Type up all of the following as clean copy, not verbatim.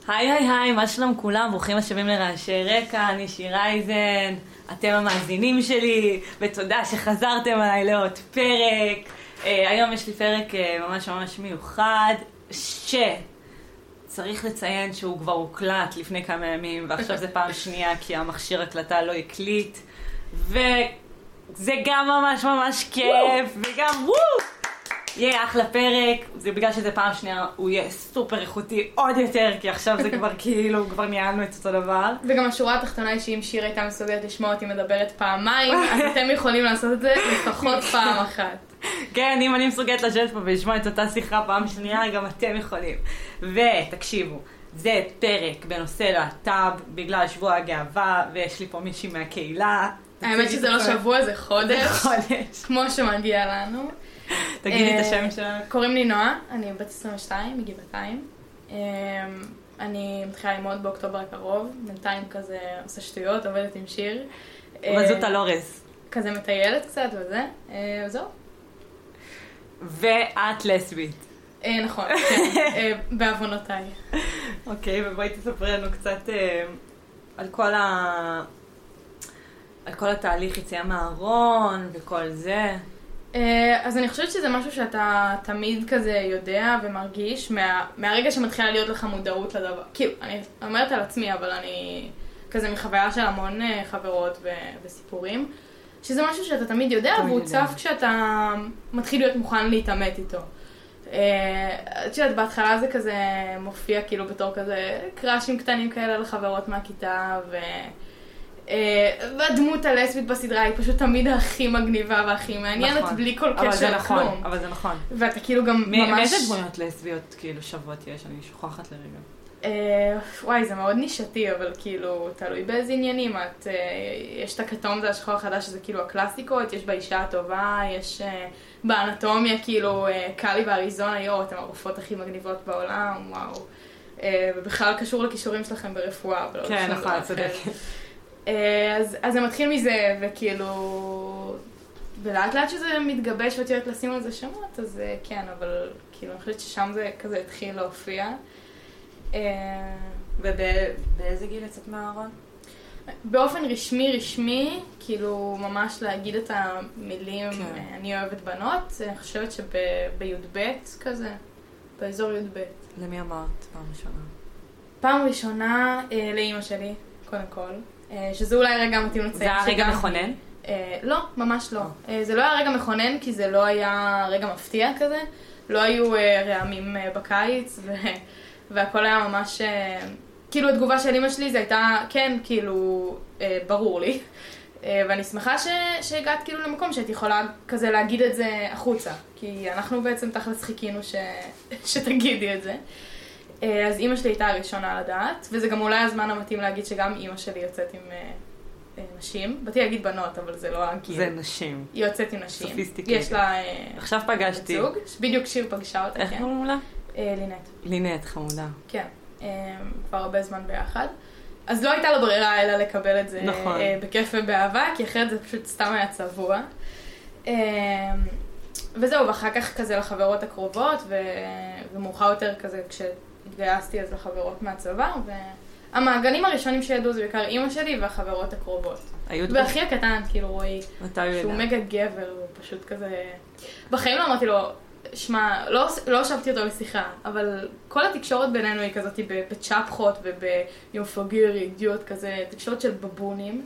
היי היי היי, מה שלום כולם? ברוכים השבים לרעשי רקע, אני שיר אייזן, אתם המאזינים שלי, ותודה שחזרתם עליי לעוד פרק. היום יש לי פרק ממש ממש מיוחד, שצריך לציין שהוא כבר הוקלט לפני כמה ימים, ועכשיו זה פעם שנייה כי המכשיר הקלטה לא הקליט, וזה גם ממש ממש כיף, וגם יהיה אחלה פרק. זה בגלל שזה פעם שנייה, הוא יהיה סופר איכותי עוד יותר, כי עכשיו זה כבר כאילו, כבר ניהלנו את אותו דבר. וגם השורה התחתונה היא שאם שיר הייתה מסוגלת לשמוע אותי מדברת פעמיים, אז אתם יכולים לעשות את זה לפחות פעם אחת. כן, אם אני מסוגלת לשבת פה ולשמוע את אותה שיחה פעם שנייה, גם אתם יכולים. ותקשיבו, זה פרק בנושא להט"ב, בגלל שבוע הגאווה, ויש לי פה מישהי מהקהילה. האמת שזה לא שבוע, זה חודש. כמו שמגיע לנו. תגידי את השם שלנו. קוראים לי נועה, אני בת 22, מגבעתיים. אני מתחילה ללמוד באוקטובר הקרוב, בינתיים כזה עושה שטויות, עובדת עם שיר. בזאת הלורס. כזה מטיילת קצת וזה, וזהו. ואת לסבית. נכון, כן, בעוונותיי. אוקיי, ובואי תספרי לנו קצת על כל התהליך יציאה מהארון וכל זה. אז אני חושבת שזה משהו שאתה תמיד כזה יודע ומרגיש מהרגע שמתחילה להיות לך מודעות לדבר. כאילו, אני אומרת על עצמי, אבל אני כזה מחוויה של המון חברות וסיפורים, שזה משהו שאתה תמיד יודע, והוא צף כשאתה מתחיל להיות מוכן להתאמת איתו. את יודעת, בהתחלה זה כזה מופיע כאילו בתור כזה קראשים קטנים כאלה לחברות מהכיתה, והדמות הלסבית בסדרה היא פשוט תמיד הכי מגניבה והכי מעניינת, בלי כל קשר לכלום. אבל זה נכון. ואתה כאילו גם ממש... מאיזה דמויות לסביות כאילו שוות יש? אני שוכחת לרגע. וואי, זה מאוד נישתי, אבל כאילו תלוי באיזה עניינים. יש את הכתום, זה השחור החדש, שזה כאילו הקלאסיקות, יש באישה הטובה, יש באנטומיה כאילו קלי ואריזונה, אתן הרופאות הכי מגניבות בעולם, וואו. ובכלל קשור לכישורים שלכם ברפואה. כן, נכון, צודק. אז זה מתחיל מזה, וכאילו, ולאט לאט שזה מתגבש ואת יודעת לשים על זה שמות, אז כן, אבל כאילו, אני חושבת ששם זה כזה התחיל להופיע. ובאיזה גיל יצאת מהארון? באופן רשמי, כאילו, ממש להגיד את המילים, אני אוהבת בנות, אני חושבת שבי"ב כזה, באזור י"ב. למי אמרת פעם ראשונה? פעם ראשונה לאמא שלי, קודם כל. שזה אולי רגע מתאים לציין. זה היה רגע מכונן? לא, ממש לא. זה לא היה רגע מכונן, כי זה לא היה רגע מפתיע כזה. לא היו רעמים בקיץ, והכל היה ממש... כאילו התגובה של אמא שלי זה הייתה, כן, כאילו, ברור לי. ואני שמחה שהגעת כאילו למקום שהייתי יכולה כזה להגיד את זה החוצה. כי אנחנו בעצם תכלס חיכינו שתגידי את זה. אז אמא שלי הייתה הראשונה לדעת, וזה גם אולי הזמן המתאים להגיד שגם אמא שלי יוצאת עם נשים. באתי להגיד בנות, אבל זה לא הגיל. זה נשים. היא יוצאת עם נשים. סופיסטיקטית. יש לה... עכשיו פגשתי. זוג, בדיוק שיר פגשה אותה, כן. איך קוראים לה? לינט. לינט, חמודה. כן, כבר הרבה זמן ביחד. אז לא הייתה לה ברירה אלא לקבל את זה נכון. בכיף ובאהבה, כי אחרת זה פשוט סתם היה צבוע. וזהו, ואחר כך כזה לחברות הקרובות, ומאוחר יותר כזה כשהתגייסתי אז לחברות מהצבא, והמעגלים הראשונים שידעו זה בעיקר אמא שלי והחברות הקרובות. ואחי הקטן, כאילו רואי, שהוא מגה גבר, הוא פשוט כזה... בחיים לא אמרתי לו, שמע, לא הושבתי אותו לשיחה, אבל כל התקשורת בינינו היא כזאת בצ'פחות וביומפוגיר, אידיוט כזה, תקשורת של בבונים.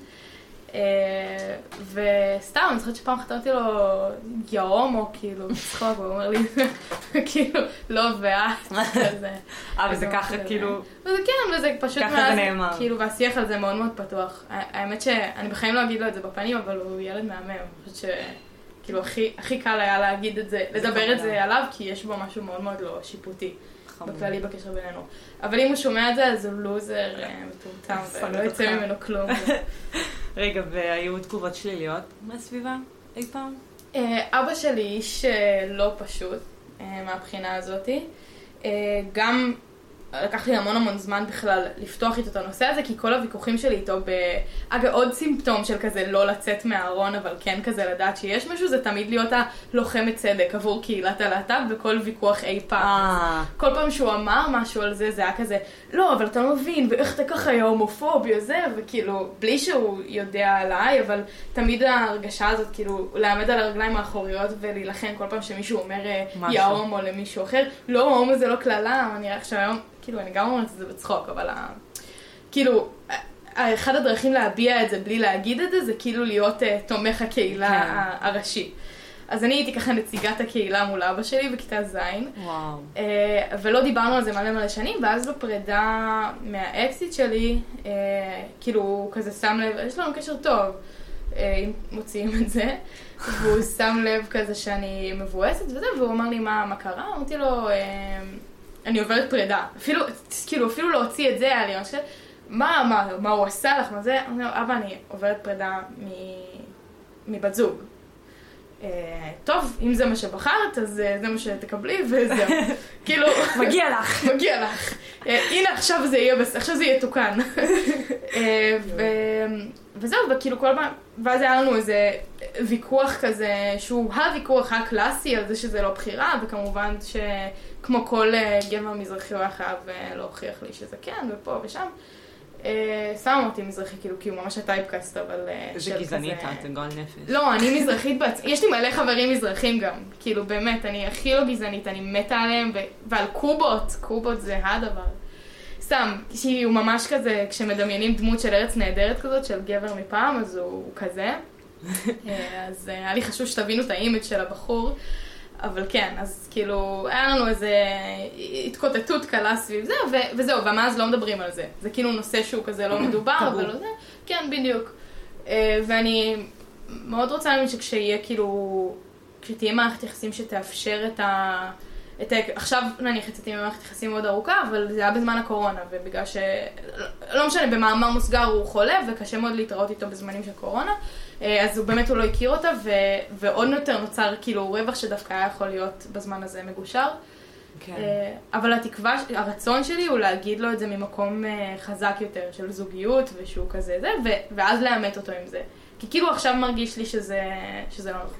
וסתם, אני זוכרת שפעם חתמתי לו יאום, או כאילו, צחוק, הוא אומר לי, כאילו, לא ואת, כזה. וזה ככה כאילו... וזה כן, וזה פשוט ככה זה נאמר. כאילו, והשיח על זה מאוד מאוד פתוח. האמת שאני בחיים לא אגיד לו את זה בפנים, אבל הוא ילד מהמם. אני חושבת שכאילו, הכי קל היה להגיד את זה, לדבר את זה עליו, כי יש בו משהו מאוד מאוד לא שיפוטי. בכללי בקשר בינינו. אבל אם הוא שומע את זה, אז הוא לוזר מטומטם, ולא יצא ממנו כלום. רגע, והיו תגובות שליליות מהסביבה אי פעם? אבא שלי איש לא פשוט מהבחינה הזאת. גם לקח לי המון זמן בכלל לפתוח איתו את הנושא הזה, כי כל הוויכוחים שלי איתו אגב, עוד סימפטום של כזה לא לצאת מהארון, אבל כן כזה לדעת שיש משהו, זה תמיד להיות הלוחמת צדק עבור קהילת הלהט"ב בכל ויכוח אי פעם. כל פעם שהוא אמר משהו על זה, זה היה כזה, לא, אבל אתה לא מבין, ואיך אתה ככה היה הומופובי, זה, וכאילו, בלי שהוא יודע עליי, אבל תמיד ההרגשה הזאת, כאילו, לעמד על הרגליים האחוריות ולהילחם כל פעם שמישהו אומר יא הומו למישהו אחר, לא, הומו זה לא כללה, אני רק שהיום, כאילו, אני גם אומרת את זה בצחוק, אבל כאילו, אחד הדרכים להביע את זה בלי להגיד את זה, זה כאילו להיות תומך הקהילה הראשי. אז אני הייתי ככה נציגת הקהילה מול אבא שלי בכיתה ז'. וואו. ולא דיברנו על זה מלא שנים, ואז בפרידה מהאקסיט שלי, כאילו, הוא כזה שם לב, יש לנו קשר טוב, אם מוציאים את זה, והוא שם לב כזה שאני מבואסת וזה, והוא אמר לי מה קרה, אמרתי לו, אני עוברת פרידה. אפילו להוציא את זה היה לי, מה הוא עשה לך, מה זה? אני אומר, אבא, אני עוברת פרידה מבת זוג. טוב, אם זה מה שבחרת, אז זה מה שתקבלי, וזהו. כאילו... מגיע לך. מגיע לך. הנה, עכשיו זה יהיה תוקן. וזהו, וכאילו כל פעם... ואז היה לנו איזה ויכוח כזה, שהוא הוויכוח הקלאסי על זה שזה לא בחירה, וכמובן שכמו כל גבר מזרחי הוא היה חייב להוכיח לי שזה כן, ופה ושם. שם אותי מזרחי, כאילו, כי הוא ממש הטייפקאסט, אבל... זה גזענית, אתה גועל נפש. לא, אני מזרחית בעצמי, יש לי מלא חברים מזרחים גם, כאילו, באמת, אני הכי לא גזענית, אני מתה עליהם, ועל קובות זה הדבר. סתם, כי הוא ממש כזה, כשמדמיינים דמות של ארץ נהדרת כזאת, של גבר מפעם, אז הוא כזה. אז היה לי חשוב שתבינו את האימג' של הבחור. אבל כן, אז כאילו, היה לנו איזה התקוטטות קלה סביב זה, וזהו, ומאז לא מדברים על זה. זה כאילו נושא שהוא כזה לא מדובר, אבל לא זה. כן, בדיוק. ואני מאוד רוצה להאמין שכשיהיה כאילו, כשתהיה מערכת יחסים שתאפשר עכשיו נניח יצאתי ממערכת יחסים מאוד ארוכה, אבל זה היה בזמן הקורונה, ובגלל לא משנה, במאמר מוסגר הוא חולה, וקשה מאוד להתראות איתו בזמנים של קורונה, אז באמת הוא לא הכיר אותה, ועוד יותר נוצר כאילו רווח שדווקא היה יכול להיות בזמן הזה מגושר. כן. אבל התקווה, הרצון שלי הוא להגיד לו את זה ממקום חזק יותר, של זוגיות, ושהוא כזה זה, ואז לאמת אותו עם זה. כי כאילו עכשיו מרגיש לי שזה לא נכון.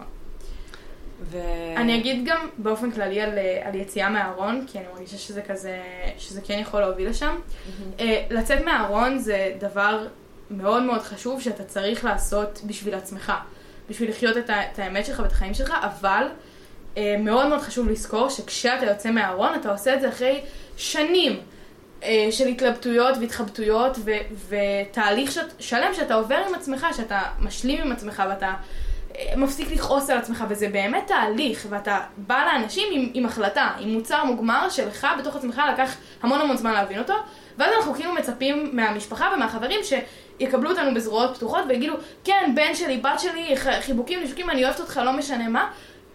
אני אגיד גם באופן כללי על יציאה מהארון, כי אני מרגישה שזה כזה, שזה כן יכול להוביל לשם. לצאת מהארון זה דבר מאוד מאוד חשוב שאתה צריך לעשות בשביל עצמך, בשביל לחיות את האמת שלך ואת החיים שלך, אבל מאוד מאוד חשוב לזכור שכשאתה יוצא מהארון אתה עושה את זה אחרי שנים של התלבטויות והתחבטויות ותהליך שלם שאתה עובר עם עצמך, שאתה משלים עם עצמך ואתה מפסיק לכעוס על עצמך, וזה באמת תהליך, ואתה בא לאנשים עם החלטה, עם מוצר מוגמר שלך בתוך עצמך לקח המון זמן להבין אותו, ואז אנחנו כאילו מצפים מהמשפחה ומהחברים שיקבלו אותנו בזרועות פתוחות ויגידו, כן, בן שלי, בת שלי, חיבוקים, נשוקים, אני אוהבת אותך, לא משנה מה,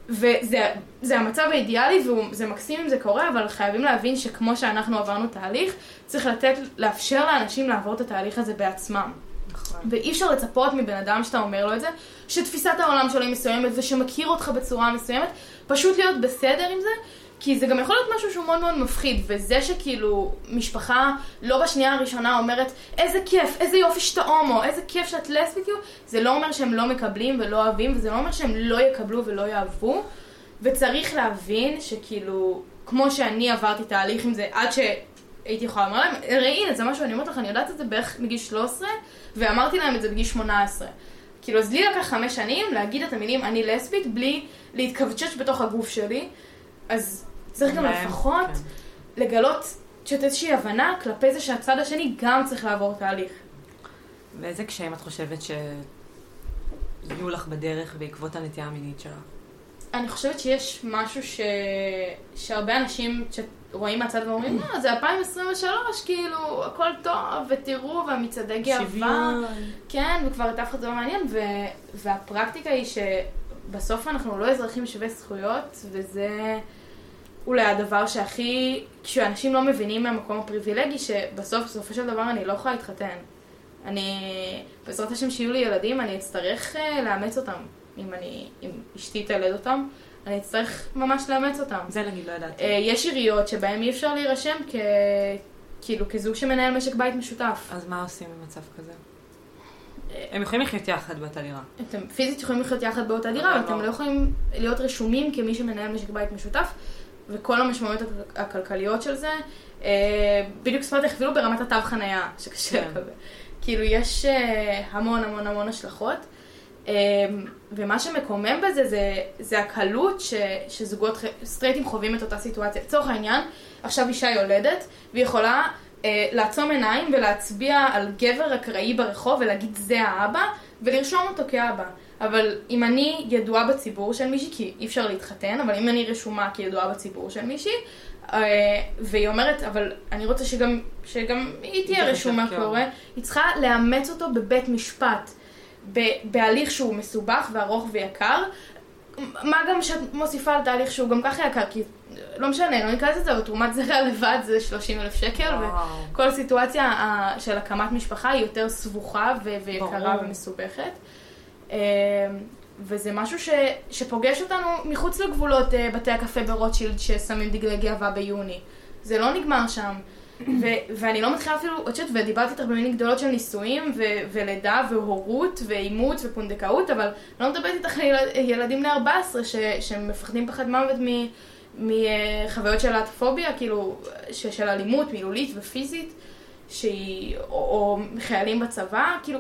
וזה המצב האידיאלי, וזה מקסים אם זה קורה, אבל חייבים להבין שכמו שאנחנו עברנו תהליך, צריך לאפשר לאנשים לעבור את התהליך הזה בעצמם. ואי אפשר לצפות מבן אדם שאתה אומר לו את זה, שתפיסת העולם שלו היא מסוימת ושמכיר אותך בצורה מסוימת, פשוט להיות בסדר עם זה, כי זה גם יכול להיות משהו שהוא מאוד מאוד מפחיד, וזה שכאילו משפחה לא בשנייה הראשונה אומרת איזה כיף, איזה יופי שאתה הומו, איזה כיף שאת לסבית, זה לא אומר שהם לא מקבלים ולא אוהבים, וזה לא אומר שהם לא יקבלו ולא יאהבו, וצריך להבין שכאילו, כמו שאני עברתי תהליך עם זה עד הייתי יכולה לומר להם, הנה, זה משהו, אני אומרת לך, אני יודעת את זה בערך מגיל 13, ואמרתי להם את זה בגיל 18. כאילו, אז לי לקח 5 שנים להגיד את המילים, אני לסבית, בלי להתכווצ'ץ' בתוך הגוף שלי, אז צריך גם לפחות לגלות שאת איזושהי הבנה כלפי זה שהצד השני גם צריך לעבור תהליך. ואיזה קשיים את חושבת שיהיו לך בדרך בעקבות הנטייה המינית שלך? אני חושבת שיש משהו שהרבה אנשים רואים מהצד ואומרים, זה 2023, כאילו, הכל טוב, ותראו, והמצעדי גאווה. כן, וכבר את אף אחד זה לא מעניין, והפרקטיקה היא שבסוף אנחנו לא אזרחים שווי זכויות, וזה אולי הדבר שהכי, כשאנשים לא מבינים מהמקום הפריבילגי, בסופו של דבר אני לא יכולה להתחתן. בעזרת השם שיהיו לי ילדים, אני אצטרך לאמץ אותם. אם אשתי תלד אותם, אני אצטרך ממש לאמץ אותם. זה נגיד לא ידעתי. יש עיריות שבהם אי אפשר להירשם כאילו כזוג שמנהל משק בית משותף. אז מה עושים במצב כזה? הם יכולים לחיות יחד באותה דירה. אתם פיזית יכולים לחיות יחד באותה דירה, אבל אתם לא יכולים להיות רשומים כמי שמנהל משק בית משותף, וכל המשמעויות הכלכליות של זה, בדיוק ספרתי אפילו ברמת התו חנייה, שקשה לקבל. כאילו יש המון המון המון השלכות, ומה שמקומם בזה זה הקלות שזוגות סטרייטים חווים את אותה סיטואציה. לצורך העניין, עכשיו אישה יולדת, והיא יכולה לעצום עיניים ולהצביע על גבר אקראי ברחוב ולהגיד זה האבא, ולרשום אותו כאבא. אבל אם אני ידועה בציבור של מישהי, כי אי אפשר להתחתן, אבל אם אני רשומה כידועה בציבור של מישהי, והיא אומרת, אבל אני רוצה שגם היא תהיה רשומה כהורה, היא צריכה לאמץ אותו בבית משפט, בהליך שהוא מסובך וארוך ויקר, מה גם שאת מוסיפה על תהליך שהוא גם ככה יקר, כי לא משנה, לא נקלט את זה, אבל תרומת זרע לבד זה 30,000 שקל, וכל הסיטואציה של הקמת משפחה היא יותר סבוכה ויקרה ומסובכת. וזה משהו שפוגש אותנו מחוץ לגבולות בתי הקפה ברוטשילד ששמים דגלי גאווה ביוני. זה לא נגמר שם. ואני לא מתחילה אפילו, ודיברתי איתך במיני גדולות של נישואים ולידה והורות ואימות ופונדקאות, אבל לא מדברת איתך ילדים בני 14 שמפחדים פחד מוות מחוויות של להט"בופוביה, כאילו, של אלימות מילולית ופיזית, או חיילים בצבא, כאילו,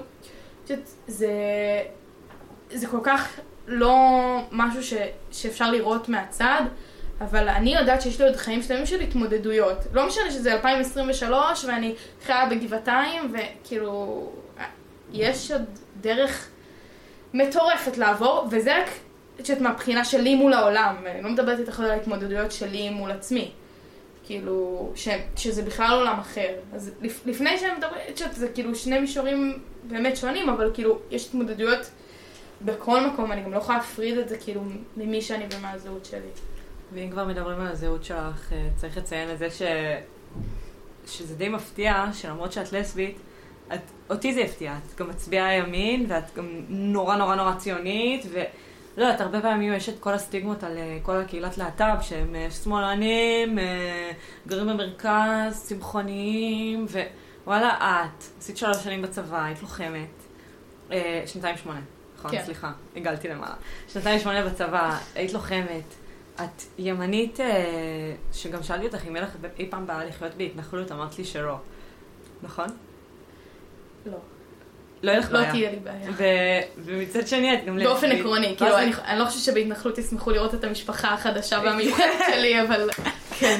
זה כל כך לא משהו שאפשר לראות מהצד, אבל אני יודעת שיש לי עוד חיים שלמים של התמודדויות. לא משנה שזה 2023 ואני חיה בגבעתיים, וכאילו, יש עוד דרך מטורפת לעבור, וזה רק מהבחינה שלי מול העולם. אני לא מדברת איתך על ההתמודדויות שלי מול עצמי. כאילו, שזה בכלל עולם אחר. אז לפני שאני מדברת, זה כאילו שני מישורים באמת שונים, אבל כאילו, יש התמודדויות בכל מקום. אני גם לא יכולה להפריד את זה כאילו ממי שאני ומה הזהות שלי. ואם כבר מדברים על הזהות שלך, צריך לציין את זה שזה די מפתיע, שלמרות שאת לסבית, אותי זה יפתיע. את גם מצביעה ימין, ואת גם נורא נורא נורא ציונית, ולא יודעת, הרבה פעמים יש את כל הסטיגמות על כל הקהילת להט"ב, שהם שמאלנים, גרים במרכז, צמחוניים, ווואלה, את עשית 3 שנים בצבא, היית לוחמת, 2.8, נכון? כן. סליחה, הגלתי למעלה. 2.8 בצבא, היית לוחמת, את ימנית, שגם שאלתי אותך אם לך אי פעם באה לחיות בהתנחלות, אמרת לי שלא, נכון? לא. לא ילך בעיה. לא תהיה לי בעיה. ומצד שני את גם... באופן עקרוני, כאילו אני לא חושבת שבהתנחלות ישמחו לראות את המשפחה החדשה והמיוחדת שלי, אבל כן.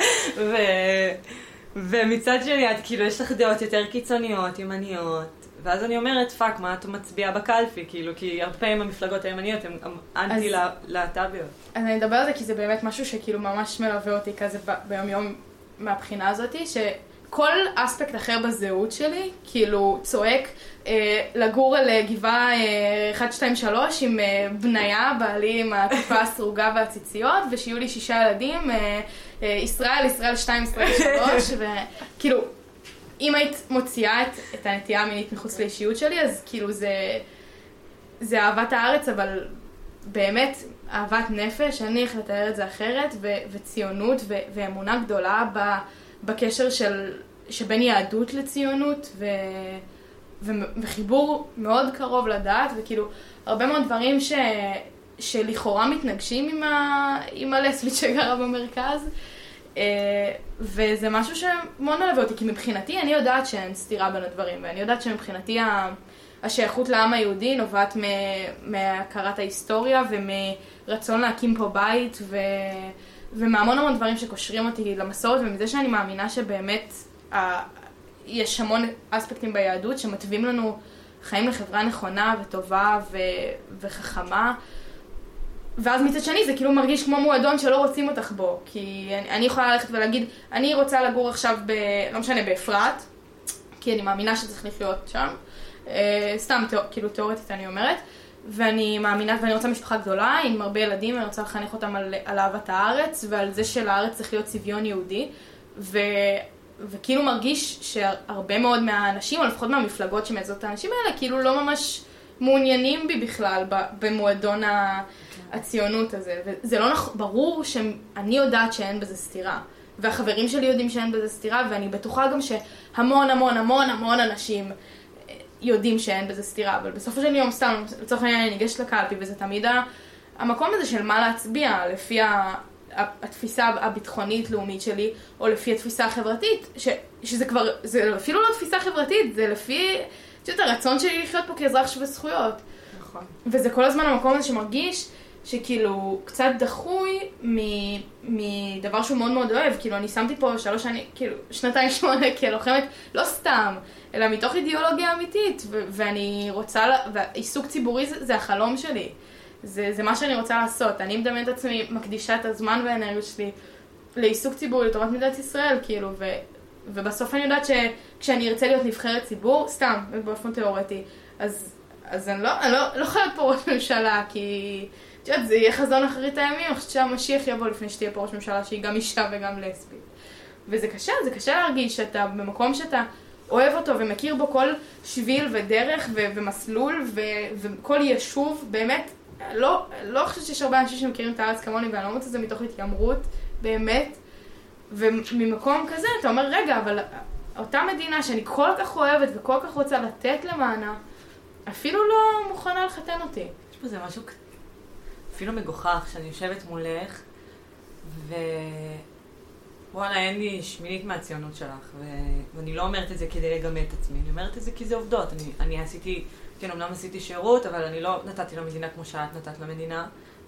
ומצד שני את כאילו יש לך דעות יותר קיצוניות, ימניות, ואז אני אומרת, פאק, מה את מצביעה בקלפי, כאילו, כי הרבה פעמים המפלגות הימניות הן אנטי-להט"ביות. אז אני אדבר על זה כי זה באמת משהו שכאילו ממש מלווה אותי כזה ביום יום מהבחינה הזאת, שכל אספקט אחר בזהות שלי, כאילו, צועק לגור על גבעה 1, 2, 3 עם בניה, בעלי עם הכיפה הסרוגה והציציות, ושיהיו לי 6 ילדים, ישראל 2, ישראל 3, וכאילו, אם היית מוציאה את הנטייה המינית מחוץ לאישיות שלי, אז כאילו זה אהבת הארץ, אבל באמת אהבת נפש, אני איך לתאר את זה אחרת, וציונות ואמונה גדולה בקשר שבין יהדות לציונות, וחיבור מאוד קרוב לדעת, וכאילו הרבה מאוד דברים שלכאורה מתנגשים עם הלסבית שגרה במרכז, וזה משהו שמאוד מלווה אותי, כי מבחינתי אני יודעת שאין סתירה בין הדברים, ואני יודעת שמבחינתי השייכות לעם היהודי נובעת מהכרת ההיסטוריה ומרצון להקים פה בית ומהמון המון דברים שקושרים אותי למסורת, ומזה שאני מאמינה שבאמת יש המון אספקטים ביהדות שמתווים לנו חיים לחברה נכונה וטובה וחכמה, ואז מצד שני זה כאילו מרגיש כמו מועדון שלא רוצים אותך בו, כי אני יכולה ללכת ולהגיד, אני רוצה לגור עכשיו לא משנה, באפרת, כי אני מאמינה שצריך לחיות שם, סתם כאילו תיאורטית אני אומרת, ואני מאמינה ואני רוצה משפחה גדולה עם הרבה ילדים, ואני רוצה לחנך אותם על אהבת הארץ ועל זה שלארץ צריך להיות צביון יהודי, וכאילו מרגיש שהרבה מאוד מהאנשים, או לפחות מהמפלגות שמייצגות את האנשים האלה, כאילו לא ממש מעוניינים בי בכלל במועדון הציונות הזה. וזה לא ברור שאני יודעת שאין בזה סתירה. והחברים שלי יודעים שאין בזה סתירה, ואני בטוחה גם שהמון המון המון המון אנשים יודעים שאין בזה סתירה. אבל בסופו של יום סתם, לצורך העניין אני ניגשת לקלפי, וזה תמיד המקום הזה של מה להצביע, לפי התפיסה הביטחונית-לאומית שלי, או לפי התפיסה החברתית, שזה כבר, זה אפילו לא תפיסה חברתית, זה לפי, הרצון שלי לחיות פה כאזרח שווה זכויות. נכון. וזה כל הזמן המקום הזה שמרגיש שכאילו קצת דחוי מדבר שהוא מאוד מאוד אוהב. כאילו אני שמתי פה 3 שנים, כאילו 2-8 כלוחמת, לא סתם, אלא מתוך אידיאולוגיה אמיתית, ואני רוצה, ועיסוק ציבורי זה החלום שלי. זה מה שאני רוצה לעשות. אני מדמיינת את עצמי, מקדישה את הזמן והאנרגיות שלי לעיסוק ציבורי, לטובת מדינת ישראל, כאילו, ובסוף אני יודעת שכשאני ארצה להיות נבחרת ציבור, סתם, באופן תיאורטי, אז אני לא חייבת פה ראש ממשלה, כי זה יהיה חזון אחרית הימים, אני חושבת שהמשיח יבוא לפני שתהיה פה ראש ממשלה שהיא גם אישה וגם לסבית. וזה קשה, זה קשה להרגיש שאתה במקום שאתה אוהב אותו ומכיר בו כל שביל ודרך ומסלול וכל יישוב, באמת, לא חושבת שיש הרבה אנשים שמכירים את הארץ כמוני, ואני לא מוצאת את זה מתוך התיימרות, באמת. וממקום כזה אתה אומר, רגע, אבל אותה מדינה שאני כל כך אוהבת וכל כך רוצה לתת למענה, אפילו לא מוכנה לחתן אותי. יש פה זה משהו אפילו מגוחך, שאני יושבת מולך, וואלה, אין לי שמינית מהציונות שלך, ואני לא אומרת את זה כדי לגמד את עצמי, אני אומרת את זה כי זה עובדות. אני עשיתי, כן, אמנם עשיתי שירות, אבל אני לא נתתי למדינה כמו שאת נתת למדינה,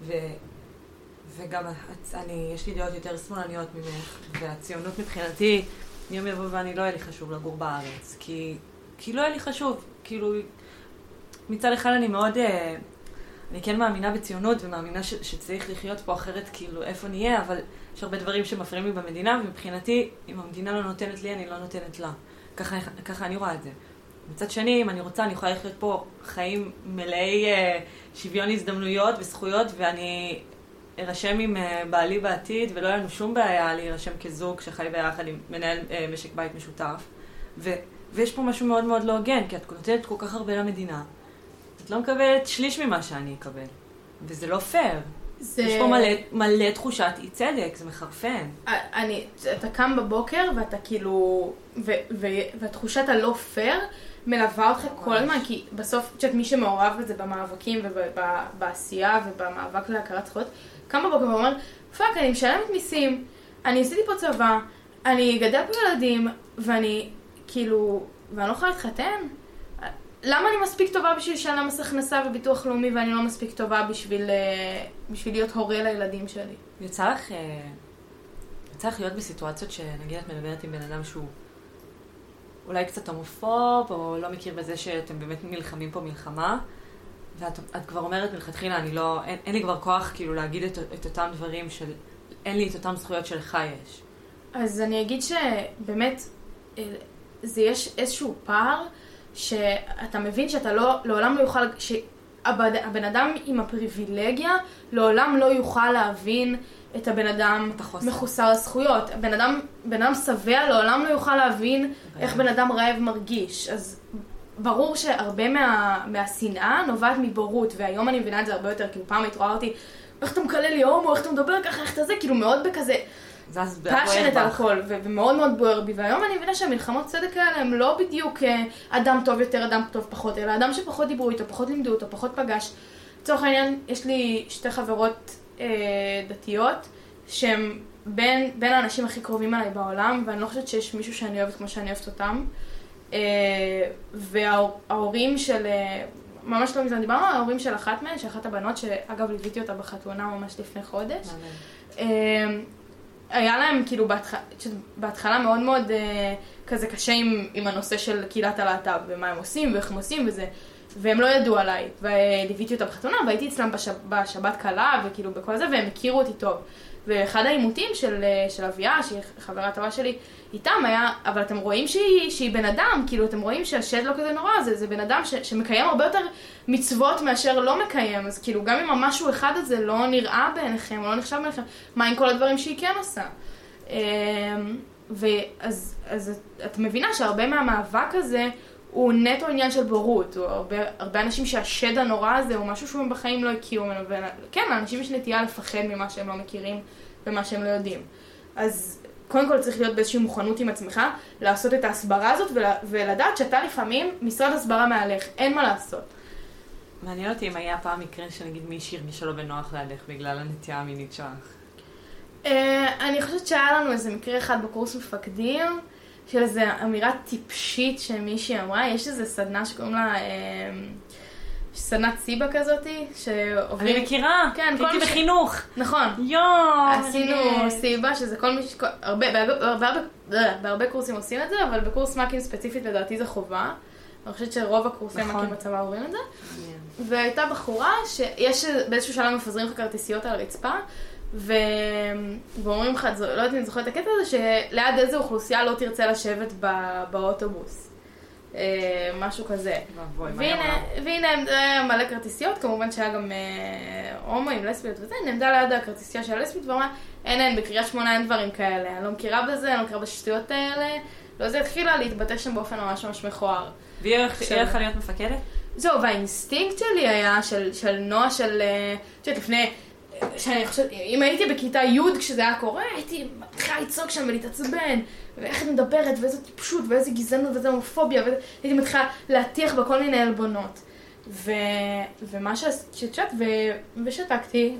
וגם יש לי דעות יותר שמאלניות ממך, והציונות מבחינתי, יום יבוא ואני לא היה לי חשוב לגור בארץ, כי לא היה לי חשוב, כאילו, מצד אחד אני מאוד, אני כן מאמינה בציונות, ומאמינה שצריך לחיות פה אחרת, כאילו, איפה נהיה, אבל יש הרבה דברים שמפריעים לי במדינה, ומבחינתי, אם המדינה לא נותנת לי, אני לא נותנת לה. ככה אני רואה את זה. מצד שני, אם אני רוצה, אני יכולה לחיות פה חיים מלאי שוויון הזדמנויות וזכויות, ואני ארשם עם בעלי בעתיד, ולא היה לנו שום בעיה להירשם כזוג שחי ביחד עם מנהל משק בית משותף. ויש פה משהו מאוד מאוד לא הוגן, כי את נותנת כל כך הרבה למדינה. את לא מקבלת שליש ממה שאני אקבל. וזה לא פייר. יש פה מלא תחושת אי צדק, זה מחרפן. אתה קם בבוקר ואתה כאילו, והתחושת הלא פייר מלווה אותך כל הזמן, כי בסוף, מי שמעורב בזה במאבקים ובעשייה ובמאבק להכרת זכויות, קם בבוקר ואומר, פאק, אני משלמת מיסים, אני עשיתי פה צבא, אני גדל פה ילדים, ואני כאילו, ואני לא יכולה להתחתן? למה אני מספיק טובה בשביל לשלם מס הכנסה וביטוח לאומי, ואני לא מספיק טובה בשביל להיות הורה לילדים שלי? יצא לך להיות בסיטואציות שנגיד את מדברת עם בן אדם שהוא אולי קצת הומופוב, או לא מכיר בזה שאתם באמת נלחמים פה מלחמה, ואת כבר אומרת מלכתחילה, אין לי כבר כוח כאילו להגיד את אותם דברים של, אין לי את אותם זכויות שלך יש. אז אני אגיד שבאמת, יש איזשהו פער, שאתה מבין שאתה לעולם לא יוכל, שהבן אדם עם הפריבילגיה לעולם לא יוכל להבין את הבן אדם מחוסר הזכויות. בן אדם שבע לעולם לא יוכל להבין איך בן אדם רעב מרגיש. אז ברור שהרבה מהשנאה נובעת מבורות, והיום אני מבינה את זה הרבה יותר, כאילו פעם התרואה אותי, איך אתה מקלל לי הומו, איך אתה מדבר ככה, איך אתה זה, כאילו מאוד בכזה פאשנט על הכל, ומאוד מאוד בוער בי. והיום אני מבינה שהמלחמות צדק האלה הם לא בדיוק אדם טוב יותר, אדם טוב פחות, אלא אדם שפחות דיברו איתו, פחות לימדו אותו, פחות פגש. לצורך העניין, יש לי 2 חברות דתיות, שהן בין האנשים הכי קרובים עליי בעולם, ואני לא חושבת שיש מישהו שאני אוהבת כמו שאני אוהבת אותם. וההורים של, ממש לא מזמן דיברנו, ההורים של אחת מהן, שאחת הבנות, שאגב ליוויתי אותה בחתונה ממש לפני חודש. היה להם כאילו בהתחלה מאוד מאוד כזה קשה עם הנושא של קהילת הלהט"ב, ומה הם עושים ואיך הם עושים וזה, והם לא ידעו עליי, וליוויתי אותה בחתונה, והייתי אצלם בשבת קלה וכאילו בכל זה, והם הכירו אותי טוב. ואחד העימותים של אביה, שהיא חברה טובה שלי, איתם היה, אבל אתם רואים שהיא בן אדם, כאילו אתם רואים שהשד לא כזה נורא, זה בן אדם שמקיים הרבה יותר מצוות מאשר לא מקיים, אז כאילו גם אם המשהו אחד הזה לא נראה בעיניכם, או לא נחשב בעיניכם, מה עם כל הדברים שהיא כן עושה? ואז את מבינה שהרבה מהמאבק הזה, הוא נטו עניין של בורות, הוא הרבה אנשים שהשד הנורא הזה הוא משהו שהם בחיים לא הכירו ממנו, וכן, לאנשים יש נטייה לפחד ממה שהם לא מכירים ומה שהם לא יודעים. אז קודם כל צריך להיות באיזושהי מוכנות עם עצמך, לעשות את ההסברה הזאת ולדעת שאתה לפעמים משרד הסברה מעליך, אין מה לעשות. מעניין אותי אם היה פעם מקרה שנגיד מישהי הרגישה לא בנוח לידך בגלל הנטייה המינית שלך. אני חושבת שהיה לנו איזה מקרה אחד בקורס מפקדים, של איזו אמירה טיפשית שמישהי אמרה, יש איזו סדנה שקוראים לה, סדנת סיבה כזאתי, שעוברים... אני מכירה, כן, הייתי בחינוך. נכון. עשינו סיבה, שזה כל מי בהרבה קורסים עושים את זה, אבל בקורס מקים ספציפית לדעתי זה חובה. אני חושבת שרוב הקורסי מקים בצבא עוברים את זה. והייתה בחורה שיש באיזשהו שלב מפזרים לך כרטיסיות על הרצפה, ואומרים לך, לא יודעת אם אני זוכרת את הקטע הזה, שליד איזו אוכלוסייה לא תרצה לשבת באוטובוס. משהו כזה. והנה מלא כרטיסיות, כמובן שהיה גם הומואים, לסביות וזה, נעמדה ליד הכרטיסייה של הלסבית ואומרה, אין, בקריית שמונה אין דברים כאלה, אני לא מכירה בזה, אני לא מכירה בשטויות האלה, לא זה התחילה להתבטא שם באופן ממש ממש מכוער. והיא הלכה להיות מפקדת? זהו, והאינסטינקט שלי היה של נועה של, לפני, שאני חושבת, אם הייתי בכיתה י' כשזה היה קורה, הייתי מתחילה לצעוק שם ולהתעצבן, ואיך את מדברת, ואיזו טיפשות, ואיזו גזענות, ואיזו הומופוביה, והייתי מתחילה להטיח בכל מיני עלבונות. ומה ששתשת, ושתקתי,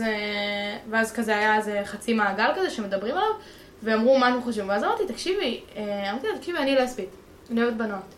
ואז כזה היה איזה חצי מעגל כזה שמדברים עליו, ואמרו מה אתם חושבים, ואז אמרתי, תקשיבי, אני לסבית, אני אוהבת בנות.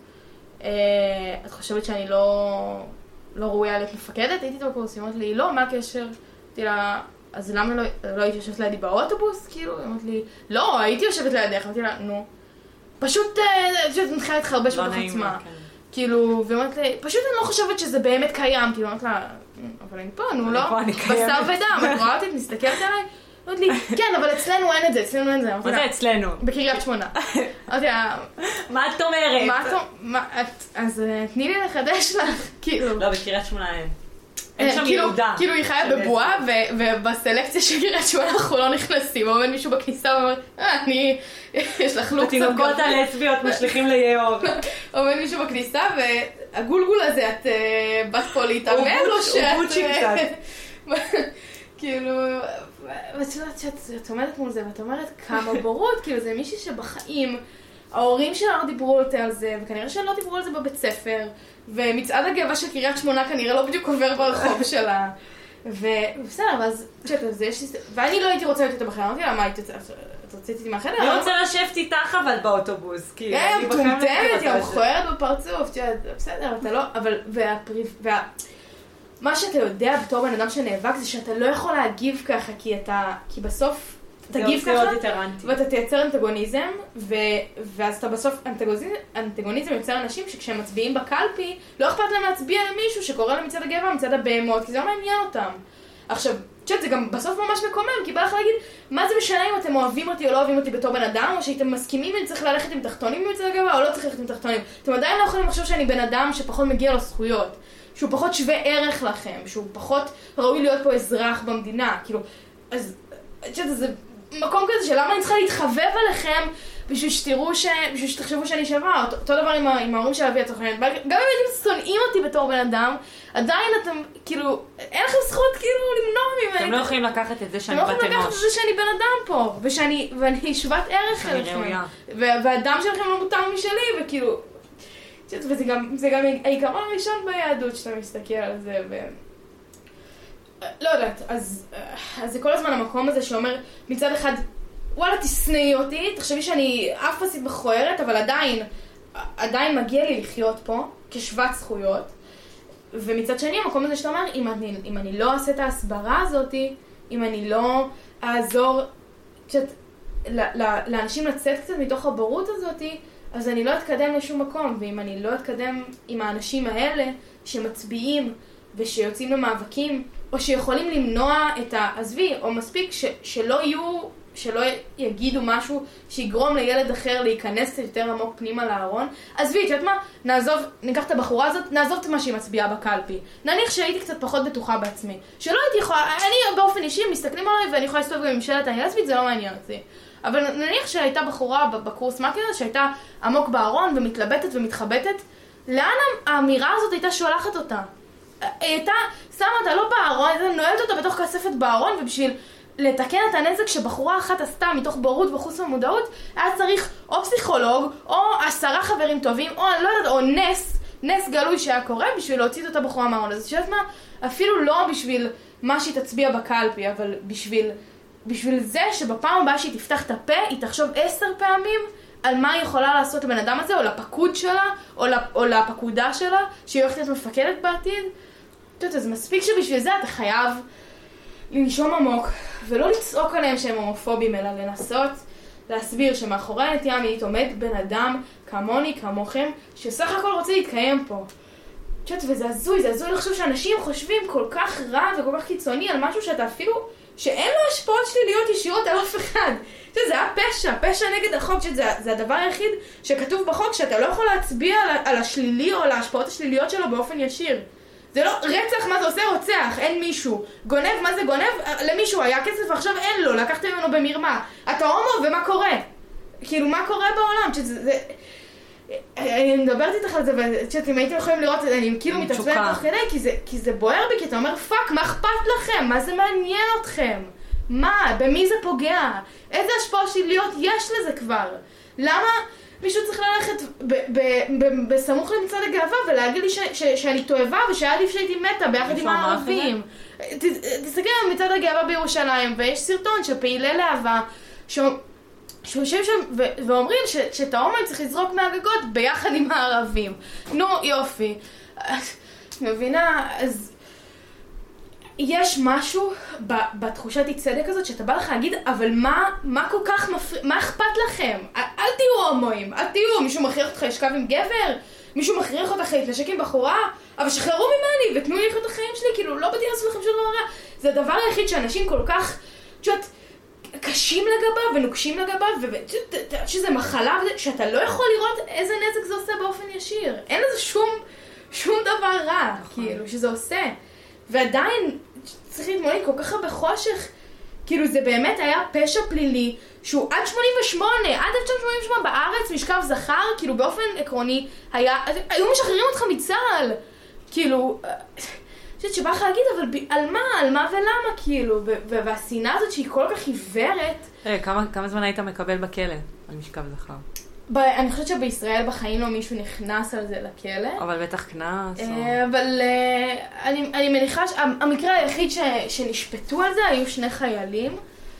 את חושבת שאני לא ראויה להיות מפקדת? הייתי בקורס, היא אמרת לי, לא, מה הקשר? אמרתי לה, אז למה לא הייתי יושבת לידי באוטובוס? כאילו, היא אמרת לי, לא, הייתי יושבת לידך. אמרתי לה, נו. פשוט, מתחילה להתחרבש בתוך עצמה. כאילו, ואמרת לי, פשוט אני לא חושבת שזה באמת קיים. כאילו, אמרת לה, אבל אני פה, נו, לא? בשר ודם, את רואה אותי, את מסתכלת עליי? אמרת לי, כן, אבל אצלנו אין את זה, אצלנו אין זה. מה זה אצלנו? בקריית שמונה. אמרתי לה, מה את אומרת? אז תני לי לחדש לך, כאילו. לא, בקריית שמונה אין. אין שם ילודה. כאילו היא חיה בבועה, ובסלקציה של קריית שמונה אנחנו לא נכנסים. עומד מישהו בכניסה ואומר, יש לך לוק קצת גבוה. התינוקות הלסביות משליכים ליאור. עומד מישהו בכניסה, והגולגול הזה, את בת פה להתאמן או שאת... הוא בוצ'י קצת. כאילו, ואת יודעת שאת עומדת מול זה, ואת אומרת כמה בורות, כאילו זה מישהי שבחיים, ההורים שלה לא דיברו יותר על זה, וכנראה שהם לא דיברו על זה בבית ספר, ומצעד הגאווה של קריית שמונה כנראה לא בדיוק עובר ברחוב שלה. ובסדר, ואז, ואני לא הייתי רוצה להיות איתה בחדר, אמרתי לה, מה, את רצית איתי מהחדר? אני רוצה לשבת איתך אבל באוטובוס, כי... היא מטומטמת, היא מכוערת בפרצוף, בסדר, אתה לא, אבל, מה שאתה יודע בתור בן אדם שנאבק זה שאתה לא יכול להגיב ככה, כי בסוף תגיב ככה, ואתה תייצר אנטגוניזם, ואז אתה בסוף, אנטגוניזם יוצר אנשים שכשהם מצביעים בקלפי, לא אכפת להם להצביע למישהו שקורא להם מצד הגבע, מצד הבהמות, כי זה לא מעניין אותם. עכשיו, זה גם בסוף ממש מקומם, כי בא לך להגיד, מה זה משנה אם אתם אוהבים אותי או לא אוהבים אותי בתור בן אדם, או שאתם מסכימים אם צריך ללכת עם תחתונים מצד הגבע, או לא צריך ללכת עם תחתונים. אתם עדיין לא יכולים לחשוב שאני בן אדם שפחות מגיע לו זכויות. שהוא פחות שווה ערך לכם, שהוא פחות ראוי להיות פה אזרח במדינה, כאילו, אז, זה מקום כזה שלמה אני צריכה להתחבב עליכם בשביל שתחשבו שאני שווה, אותו דבר עם ההורים של אבי הצרכנית, גם אם אתם שונאים אותי בתור בן אדם, עדיין אתם, כאילו, אין לכם זכות כאילו למנוע ממני. אתם לא יכולים לקחת את זה שאני בת אנוש. אתם לא יכולים לקחת את זה שאני בן אדם פה, ואני שוות ערך אליכם, והדם שלכם לא מותר משלי, וכאילו, וזה גם העיקרון הראשון ביהדות שאתה מסתכל על זה, לא יודעת, אז זה כל הזמן המקום הזה שאומר מצד אחד, וואלה תסנאי אותי, תחשבי שאני אף פסית מכוערת, אבל עדיין מגיע לי לחיות פה כשוות זכויות, ומצד שני המקום הזה שאתה אומר, אם אני לא אעשה את ההסברה הזאת, אם אני לא אעזור לאנשים לצאת קצת מתוך הבורות הזאת, אז אני לא אתקדם לשום מקום, ואם אני לא אתקדם עם האנשים האלה שמצביעים ושיוצאים למאבקים, או שיכולים למנוע את העזבי, או מספיק שלא יגידו משהו שיגרום לילד אחר להיכנס יותר עמוק פנימה לארון. עזבי, את יודעת מה? ניקח את הבחורה הזאת, נעזוב את מה שהיא מצביעה בקלפי. נניח שהייתי קצת פחות בטוחה בעצמי. שלא הייתי יכולה, אני באופן אישי מסתכלים עליי ואני יכולה להסתובב גם עם שלט אני לסבית, זה לא מעניין אותי. אבל נניח שהייתה בחורה בקורס מאקר, שהייתה עמוק בארון ומתלבטת ומתחבטת, לאן האמירה הזאת הייתה שולחת אותה? היא הייתה שמה אותה לא בארון, נועלת אותה בתוך כספת בארון, ובשביל לתקן את הנזק שבחורה אחת עשתה מתוך בורות וחוסר מודעות, היה צריך או פסיכולוג, או 10 חברים טובים, או לא יודעת, או נס גלוי שהיה קורה בשביל להוציא את אותה בחורה מהארון. אז שאת מה, אפילו לא בשביל מה שהיא תצביע בקלפי, אבל בשביל זה שבפעם הבאה שהיא תפתח את הפה, היא תחשוב 10 פעמים על מה היא יכולה לעשות לבן אדם הזה, או לפקוד שלה, או לפקודה שלה, שהיא הולכת להיות מפקדת בעתיד. אז מספיק שבשביל זה אתה חייב לנשום עמוק, ולא לצעוק עליהם שהם הומופובים, אלא לנסות להסביר שמאחורי הנטייה המינית עומד בן אדם כמוני, כמוכם, שסך הכל רוצה להתקיים פה. וזה הזוי, לחשוב שאנשים חושבים כל כך רע וכל כך קיצוני על משהו שאתה אפילו, שאין לו השפעות שליליות ישירות על אף אחד. זה היה פשע נגד החוק, זה הדבר היחיד שכתוב בחוק, שאתה לא יכול להצביע על השלילי או על ההשפעות השליליות שלו באופן ישיר. זה לא רצח, מה זה עושה? רוצח, אין מישהו. גונב, מה זה גונב? למישהו היה כסף ועכשיו אין לו, לקחת ממנו במרמה. אתה הומו ומה קורה? כאילו, מה קורה בעולם? אני מדברת איתך על זה, ואם הייתם יכולים לראות, אני כאילו מתעצבנת תוך כדי, כי זה בוער בי, כי אתה אומר, פאק, מה אכפת לכם? מה זה מעניין אתכם? מה? במי זה פוגע? איזה השפעות שליליות יש לזה כבר? למה מישהו צריך ללכת בסמוך למצעד הגאווה ולהגיד לי שאני תועבה ושהיה עדיף שהייתי מתה ביחד עם הערבים? תסתכל על מצעד הגאווה בירושלים, ויש סרטון שפעילי להבה שיושבים שם ואומרים שאת ההומואים צריך לזרוק מהגגות ביחד עם הערבים. נו, יופי. מבינה? אז יש משהו בתחושת הצדק הזאת שאתה בא לך להגיד, אבל מה כל כך מה אכפת לכם? אל תהיו הומואים, אל תהיו, מישהו מכריח אותך לשכב עם גבר? מישהו מכריח אותך להתנשק עם בחורה? אבל שחררו ממני ותנו לי לחיות את החיים שלי, כאילו לא באתי לעשות לכם שום דבר רע. זה הדבר היחיד שאנשים כל כך, קשים לגביו ונוקשים לגביו, שזה מחלה, שאתה לא יכול לראות איזה נזק זה עושה באופן ישיר. אין לזה שום דבר רע, כאילו, שזה עושה. ועדיין צריך להתמודד כל כך הרבה חושך, כאילו זה באמת היה פשע פלילי, שהוא עד 88, עד 1988 בארץ, משכב זכר, כאילו באופן עקרוני, היו משחררים אותך מצה"ל. כאילו, שבא לך להגיד, אבל על מה ולמה, כאילו, והשנאה הזאת שהיא כל כך עיוורת. כמה זמן היית מקבל בכלא על משכב זכר? אני חושבת שבישראל בחיים לא מישהו נכנס על זה לכלא. אבל בטח כנס. אבל אני מניחה שהמקרה היחיד שנשפטו על זה היו 2 חיילים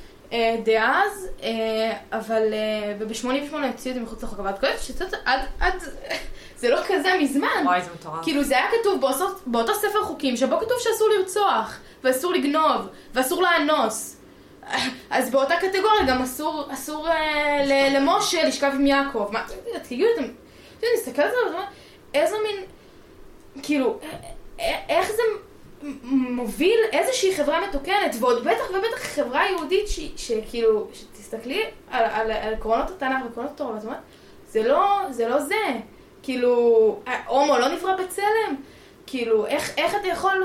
דאז, אבל וב-88 הציעו את זה מחוץ לחוק. אבל את קוראת שצאת עד זה לא כזה מזמן. וואי, זה מטורף. כאילו זה היה כתוב באותו ספר חוקים שבו כתוב שאסור לרצוח, ואסור לגנוב, ואסור לאנוס. אז באותה קטגוריה גם אסור למשה לשכב עם יעקב. מה, תגידו, אתם נסתכל על זה, איזה מין, כאילו, איך זה מוביל איזושהי חברה מתוקנת, ועוד בטח ובטח חברה יהודית שכאילו, שתסתכלי על עקרונות התנ"ך ועקרונות התורה, זאת אומרת, זה לא זה. כאילו, הומו לא נברא בצלם. כאילו, איך אתה יכול,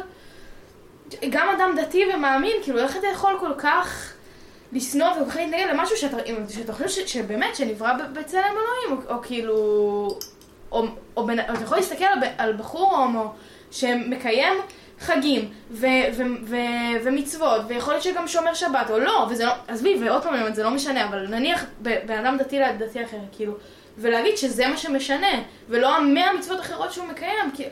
גם אדם דתי ומאמין, כאילו, איך אתה יכול כל כך לשנוא וכל כך להתנגד למשהו שאתה חושב שבאמת שנברא בצלם אלוהים, או כאילו, או אתה יכול להסתכל על בחור הומו שמקיים חגים ומצוות, ויכול להיות שגם שומר שבת, או לא, וזה לא, עזבי, ועוד פעם, זה לא משנה, אבל נניח באדם דתי לדתי אחר, כאילו, ולהגיד שזה מה שמשנה, ולא 100 מצוות אחרות שהוא מקיים, כי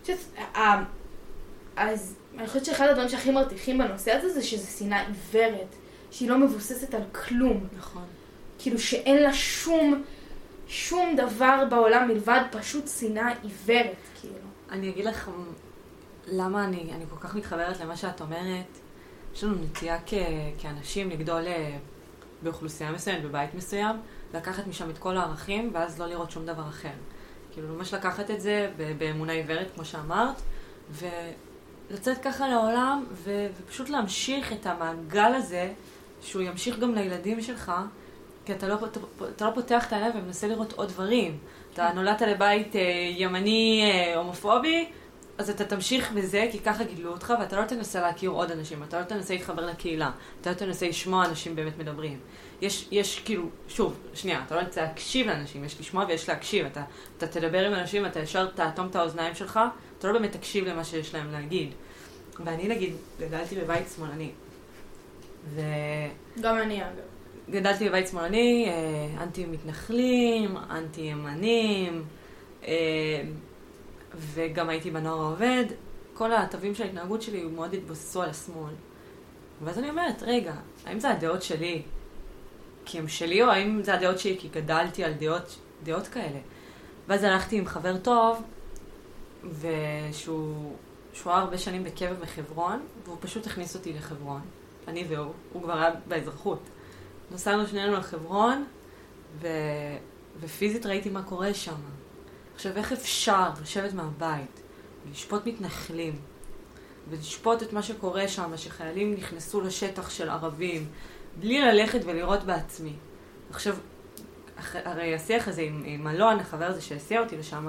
אז אני חושבת שאחד הדברים שהכי מרתיחים בנושא הזה זה שזה שנאה עיוורת, שהיא לא מבוססת על כלום. נכון. כאילו שאין לה שום דבר בעולם מלבד פשוט שנאה עיוורת, כאילו. אני אגיד לך למה אני כל כך מתחברת למה שאת אומרת. יש לנו נטייה כאנשים לגדול באוכלוסייה מסוימת, בבית מסוים, לקחת משם את כל הערכים, ואז לא לראות שום דבר אחר. כאילו, ממש לקחת את זה באמונה עיוורת, כמו שאמרת, ולצאת ככה לעולם, ופשוט להמשיך את המעגל הזה, שהוא ימשיך גם לילדים שלך, כי אתה לא פותח את העיניים ומנסה לראות עוד דברים. אתה נולדת לבית ימני הומופובי, אז אתה תמשיך בזה, כי ככה גידלו אותך, ואתה לא תנסה להכיר עוד אנשים, אתה לא תנסה להתחבר לקהילה, אתה לא תנסה לשמוע אנשים באמת מדברים. יש כאילו, שוב, שנייה, אתה לא תנסה להקשיב לאנשים, יש לשמוע ויש להקשיב, אתה תדבר עם אנשים, אתה ישר תאטום את האוזניים שלך, אתה לא באמת תקשיב למה שיש להם להגיד. ואני נגיד, גדלתי בבית שמאלני. גם אני אגב. גדלתי בבית שמאלני, אנטי מתנחלים, אנטי ימנים, וגם הייתי בנוער העובד. כל התווים של ההתנהגות שלי מאוד התבוססו על השמאל. ואז אני אומרת, רגע, האם זה הדעות שלי כי הם שלי, או האם זה הדעות שלי כי גדלתי על דעות כאלה? ואז הלכתי עם חבר טוב, שהוא היה הרבה שנים בקבע בחברון, והוא פשוט הכניס אותי לחברון. אני הוא כבר היה באזרחות. נסענו שנינו לחברון, ופיזית ראיתי מה קורה שם. עכשיו, איך אפשר לשבת מהבית, ולשפוט מתנחלים, ולשפוט את מה שקורה שם, שחיילים נכנסו לשטח של ערבים, בלי ללכת ולראות בעצמי. עכשיו, הרי השיח הזה עם אלון, החבר הזה שהסיע אותי לשם,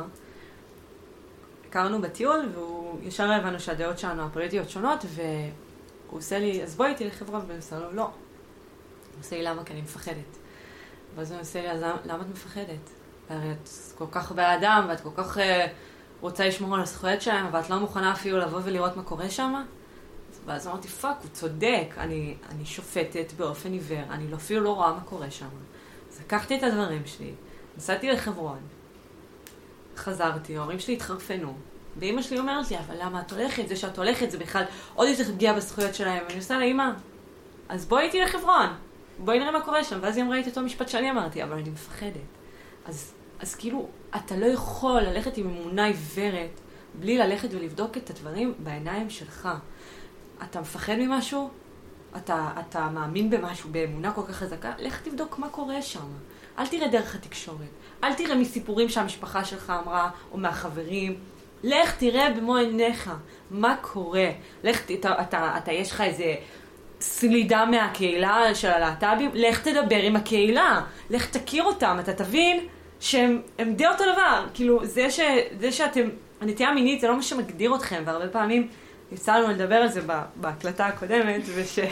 הכרנו בטיול, והוא ישר הבנו שהדעות שלנו הפוליטיות שונות, והוא עושה לי, אז בואי איתי לחברון, ואני עושה לו, לא. הוא עושה לי למה, כי אני מפחדת. ואז הוא עושה לי, אז למה את מפחדת? הרי את כל כך באדם, ואת כל כך רוצה לשמור על הזכויות שלהם, ואת לא מוכנה אפילו לבוא ולראות מה קורה שם. ואז אמרתי, פאק, הוא צודק, אני שופטת באופן עיוור, אני אפילו לא רואה מה קורה שם. אז לקחתי את הדברים שלי, נסעתי לחברון, חזרתי, ההורים שלי התחרפנו, ואמא שלי אומרת לי, אבל למה את הולכת? זה שאת הולכת, זה בכלל עוד יותר פגיעה בזכויות שלהם. ואני עושה לה, אמא, אז בואי איתי לחברון, בואי נראה מה קורה שם. ואז היא אמרה את אותו משפט שאני אמרתי, אבל אני מפחדת. אז כאילו, אתה לא יכול ללכת עם אמונה עיוורת, בלי ללכת ולבדוק את הדברים בעיניים שלך. אתה מפחד ממשהו? אתה מאמין במשהו, באמונה כל כך חזקה? לך תבדוק מה קורה שם. אל תראה דרך התקשורת. אל תראה מסיפורים שהמשפחה שלך אמרה, או מהחברים. לך תראה במו עיניך מה קורה. לך, אתה יש לך איזה סלידה מהקהילה של הלהט"בים, לך תדבר עם הקהילה. לך תכיר אותם, אתה תבין שהם די אותו דבר. כאילו, זה שאתם, הנטייה המינית זה לא מה שמגדיר אתכם, והרבה פעמים יצא לנו לדבר על זה בהקלטה הקודמת,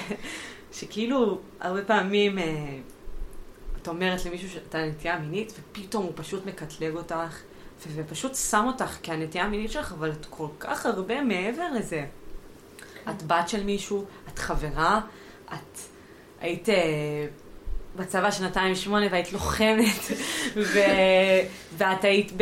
שכאילו הרבה פעמים את אומרת למישהו שאתה נטייה מינית, ופתאום הוא פשוט מקטלג אותך, ופשוט שם אותך כהנטייה המינית שלך, אבל את כל כך הרבה מעבר לזה. את בת של מישהו, את חברה, את היית בצבא 2-8 והיית לוחמת, ואת היית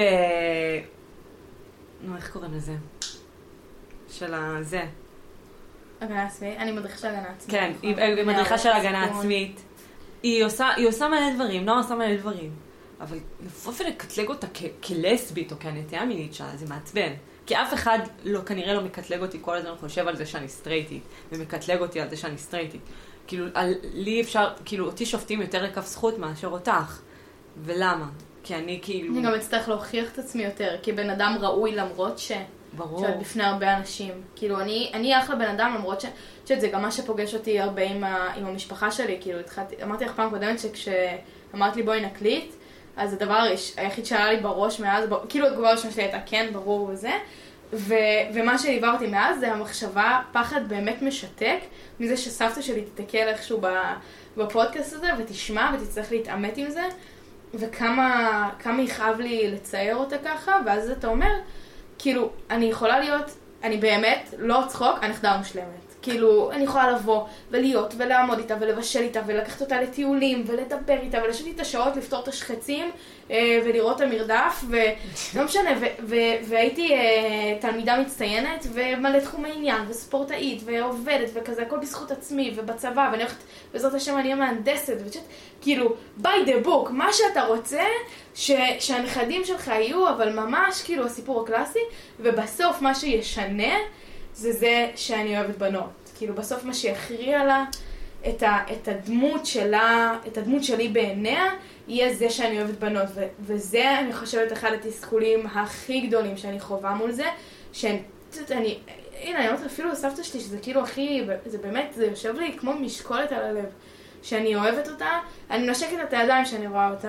איך קוראים לזה? של הזה. הגנה עצמית? אני מדריכה של הגנה עצמית. כן, היא מדריכה של הגנה עצמית. היא עושה מלא דברים, נועה עושה מלא דברים. אבל לבוא ולקטלג אותה כלסבית או כנטייה מינית שלה, זה מעצבן. כי אף אחד כנראה לא מקטלג אותי כל הזמן חושב על זה שאני סטרייטית, ומקטלג אותי על זה שאני סטרייטית. כאילו, לי אפשר, כאילו, אותי שופטים יותר לכף זכות מאשר אותך. ולמה? כי אני כאילו... אני גם אצטרך להוכיח את עצמי יותר, כי בן אדם ראוי למרות ברור. שאת בפני הרבה אנשים. כאילו, אני אחלה בן אדם למרות שזה גם מה שפוגש אותי הרבה עם המשפחה שלי. כאילו, אמרתי לך פעם קודמת שכשאמרת לי בואי נקליט, אז הדבר היחיד שעלה לי בראש מאז, כאילו התגובה הראשונה שלי הייתה כן, ברור וזה. ומה שליווה אותי מאז זה המחשבה, פחד באמת משתק, מזה שסבתא שלי תתקל איכשהו בפודקאסט הזה ותשמע ותצטרך להתעמת עם זה, וכמה יכאב לי לצייר אותה ככה, ואז אתה אומר, כאילו, אני יכולה להיות, אני באמת לא צחוק, הנכדה המושלמת. כאילו, אני יכולה לבוא ולהיות ולעמוד איתה ולבשל איתה ולקחת אותה לטיולים ולדבר איתה ולשבת איתה שעות לפתור את השחצים ולראות את המרדף ולא משנה, והייתי תלמידה מצטיינת ומלא תחומי עניין וספורטאית ועובדת וכזה, הכל בזכות עצמי ובצבא ואני הולכת, בעזרת השם אני אהיה מהנדסת כאילו, by the book, מה שאתה רוצה שהנכדים שלך יהיו, אבל ממש כאילו הסיפור הקלאסי, ובסוף מה שישנה זה שאני אוהבת בנות. כאילו בסוף מה שיכריע לה את הדמות שלה, את הדמות שלי בעיניה, יהיה זה שאני אוהבת בנות. וזה אני חושבת אחד התסכולים הכי גדולים שאני חובה מול זה, הנה אני אומרת אפילו סבתא שלי שזה כאילו הכי, זה באמת, זה יושב לי כמו משקולת על הלב. שאני אוהבת אותה, אני נושקת את הידיים שאני רואה אותה,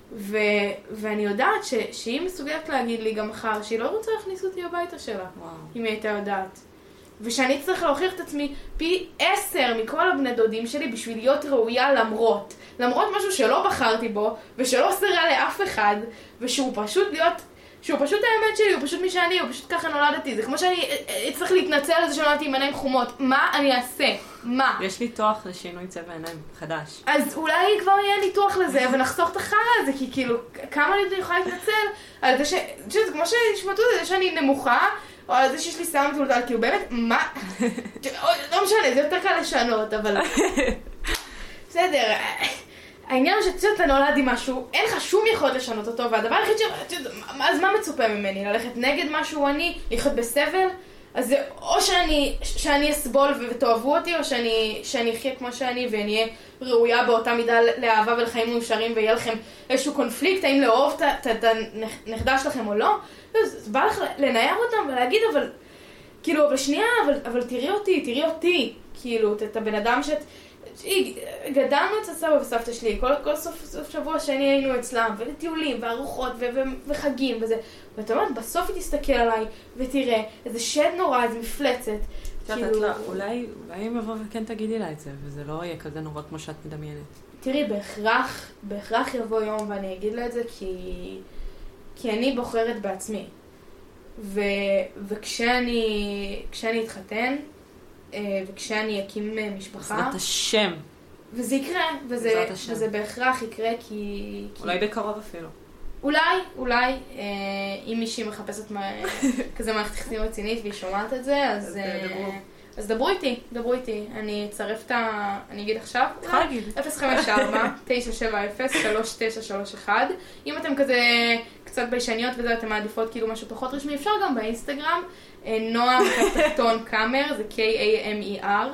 ואני יודעת שהיא מסוגלת להגיד לי גם מחר שהיא לא רוצה להכניס אותי הביתה שלה, אם היא הייתה יודעת. ושאני צריך להוכיח את עצמי פי 10 מכל הבני דודים שלי בשביל להיות ראויה למרות משהו שלא בחרתי בו, ושלא עושה רע לאף אחד, שהוא פשוט האמת שלי, הוא פשוט מי שאני, הוא פשוט ככה נולדתי. זה כמו שאני צריך להתנצל על זה שנולדתי עם עיניים חומות. מה אני אעשה? מה? יש ניתוח לשינוי צבע עיניים חדש. אז אולי כבר יהיה ניתוח לזה ונחסוך את החרא הזה, כי כאילו, כמה אני יכולה להתנצל על זה זה כמו שנשמעו זה שאני נמוכה, או על זה שיש לי שיער מטולטל, כאילו באמת, מה? לא משנה, זה יותר קל לשנות, אבל... בסדר, העניין הוא שאתה נולד עם משהו, אין לך שום יכולת לשנות אותו, והדבר היחיד אז מה מצופה ממני? ללכת נגד משהו אני? לחיות בסבל? אז זה או שאני אסבול ותאהבו אותי, או שאני אחיה כמו שאני ואני אהיה ראויה באותה מידה לאהבה ולחיים מאושרים, ויהיה לכם איזשהו קונפליקט, האם לאהוב את הנכדה שלכם או לא? אז בא לך לנער אותם ולהגיד, אבל כאילו, אבל שנייה, אבל תראי אותי, כאילו, את הבן אדם גדלנו אצל סבא וסבתא שלי, כל סוף שבוע שאני היינו אצלם, וטיולים, וארוחות, וחגים, וזה. ואתה אומרת, בסוף היא תסתכל עליי, ותראה, איזה שד נורא, איזה מפלצת. אולי אם יבוא וכן תגידי לה את זה, וזה לא יהיה כזה נורא כמו שאת מדמיינת. תראי, בהכרח יבוא יום ואני אגיד לה את זה, כי אני בוחרת בעצמי. וכשאני אתחתן, וכשאני אקים משפחה... בעזרת השם. וזה יקרה, וזה בהכרח יקרה כי... אולי בקרוב אפילו. אולי, אם מישהי מחפשת כזה מערכת יחסים רצינית והיא שומעת את זה, אז דברו איתי. אני אצרף אני אגיד עכשיו? תוכל להגיד. 054-970-3931. אם אתם כזה קצת ביישניות וזה, אתם מעדיפות כאילו משהו פחות רשמי, אפשר גם באינסטגרם. נועם תחתון קאמר, זה K-A-M-E-R.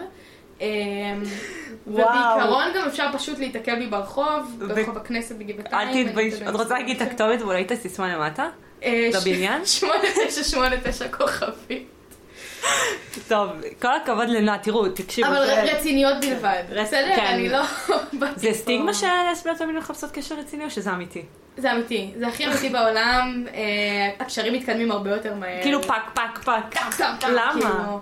ובעיקרון גם אפשר פשוט להתעכב לי ברחוב הכנסת בגבעתיים. אל תתבייש, את רוצה להגיד את הכתובת ואולי את הסיסמה למטה? בבניין? 8989 כוכבית. טוב, כל הכבוד לנועה, תראו, תקשיבו. אבל רציניות בלבד. בסדר? אני לא... זה סטיגמה שלסביות תמיד מחפשות קשר רציני או שזה אמיתי? זה אמיתי, זה הכי אמיתי בעולם, הקשרים מתקדמים הרבה יותר מהר. כאילו פק. למה?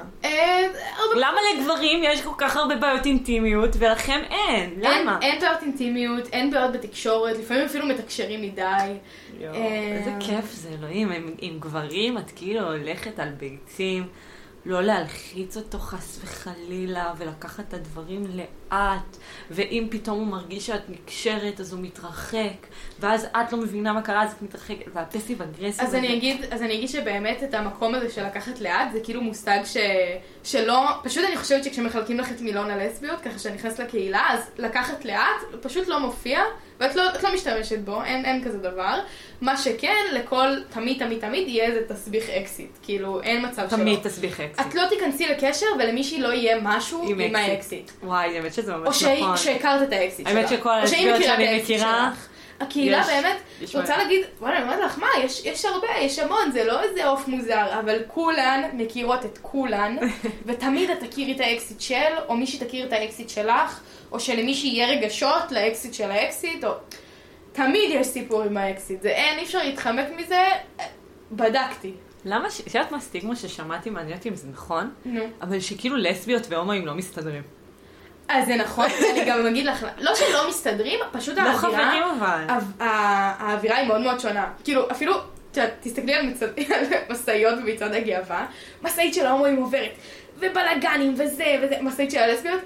למה לגברים יש כל כך הרבה בעיות אינטימיות ולכם אין? למה? אין בעיות אינטימיות, אין בעיות בתקשורת, לפעמים אפילו מתקשרים מדי. איזה כיף זה, אלוהים, עם גברים את כאילו הולכת על ביצים, לא להלחיץ אותו חס וחלילה ולקחת את הדברים לאט, ואם פתאום הוא מרגיש שאת נקשרת אז הוא מתרחק, ואז את לא מבינה מה קרה אז את מתרחקת, והפסיב אגרסיב. אז אני אגיד שבאמת את המקום הזה של לקחת לאט זה כאילו מושג שלא, פשוט אני חושבת שכשמחלקים לך את מילון הלסביות ככה שאני נכנס לקהילה, אז לקחת לאט פשוט לא מופיע ואת לא משתמשת בו, אין כזה דבר. מה שכן, תמיד יהיה איזה תסביך אקסיט. כאילו, אין מצב שלא. תמיד תסביך אקסיט. את לא תיכנסי לקשר ולמישהי לא יהיה משהו עם האקסיט. וואי, האמת שזה ממש נכון. או שהכרת את האקסיט שלך. האמת שכל הלסביות שאני מכירה... הקהילה באמת רוצה להגיד, וואלה, אני אומרת לך, מה, יש הרבה, יש המון, זה לא איזה אוף מוזר, אבל כולן מכירות את כולן, ותמיד את תכירי את האקסיט של, או מישהי תכיר את האקסיט שלך, או שלמישהי יהיה רגשות לאקסיט של האקסיט, או... תמיד יש סיפור עם האקסיט, זה אי אפשר להתחמק מזה, בדקתי. למה, שאלת מה סטיגמה ששמעתי, מעניין אותי אם זה נכון, נו. אבל שכאילו לסביות והומואים לא מסתדרים. אז זה נכון, ואני גם אגיד לך, לא שלא מסתדרים, פשוט לא חברים אבל. האווירה היא מאוד מאוד שונה. כאילו, אפילו, תסתכלי על מסעיות במצעד הגאווה, מסעית של ההומואים עוברת, ובלגנים וזה, מסעית של הלסביות,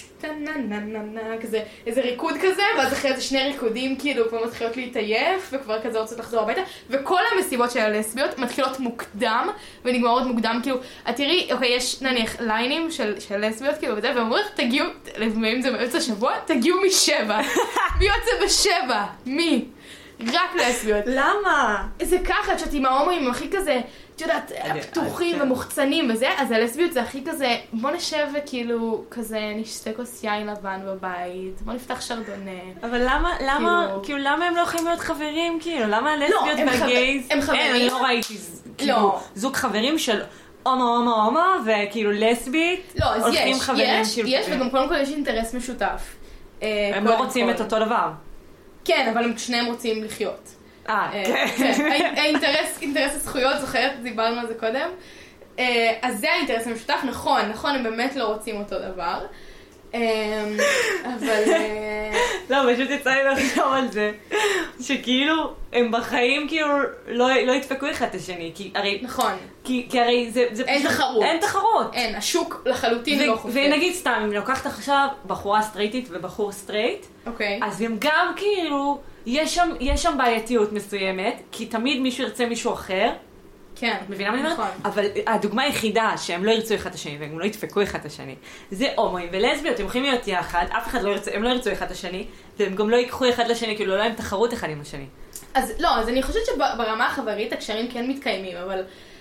כזה, איזה ריקוד כזה, ואז אחרי איזה שני ריקודים כאילו כבר מתחילות להתעייף, וכבר כזה רוצות לחזור הביתה, וכל המסיבות של הלסביות מתחילות מוקדם, ונגמרות מוקדם, כאילו, את תראי, אוקיי, יש נניח ליינים של לסביות, כאילו, וזה, ואומרים, תגיעו, לפעמים זה באמצע השבוע, תגיעו מ7, מי יוצא ב7? מי? רק לסביות. למה? זה ככה, שאת עם ההומואים הכי כזה, את יודעת, פתוחים ומוחצנים וזה, אז הלסביות זה הכי כזה, בוא נשב וכאילו, כזה, נשתה כוס יין לבן בבית, בוא נפתח שרדונה. אבל למה הם לא יכולים להיות חברים, כאילו? למה הלסביות והגייז? הם חברים. אני לא ראיתי, כאילו, זוג חברים של הומו, וכאילו לסבית, לא, אז יש, וגם קודם כל יש אינטרס משותף. הם לא רוצים את אותו דבר. כן, אבל הם שניהם רוצים לחיות. כן. אינטרס הזכויות, זוכרת, דיברנו על זה קודם. אז זה האינטרס המשותף, נכון, הם באמת לא רוצים אותו דבר. אבל... לא, פשוט יצא לי לחשוב על זה, שכאילו הם בחיים כאילו לא ידפקו אחד את השני, כי הרי... נכון. כי הרי זה פשוט... אין תחרות. אין, השוק לחלוטין לא חופף. ונגיד סתם, אם לוקחת עכשיו בחורה סטרייטית ובחור סטרייט, אז הם גם כאילו, יש שם בעייתיות מסוימת, כי תמיד מישהו ירצה מישהו אחר, כן, את מבינה מה אני אומרת? נכון. אבל הדוגמה היחידה שהם לא ירצו אחד את השני והם לא ידפקו אחד את השני, זה הומואים ולסביות, הם יכולים להיות יחד, אף אחד לא ירצה, הם לא ירצו אחד את השני, והם גם לא ייקחו אחד לשני, כאילו לא להם תחרות אחד עם השני. אז אני חושבת שברמה החברית הקשרים כן מתקיימים, אבל,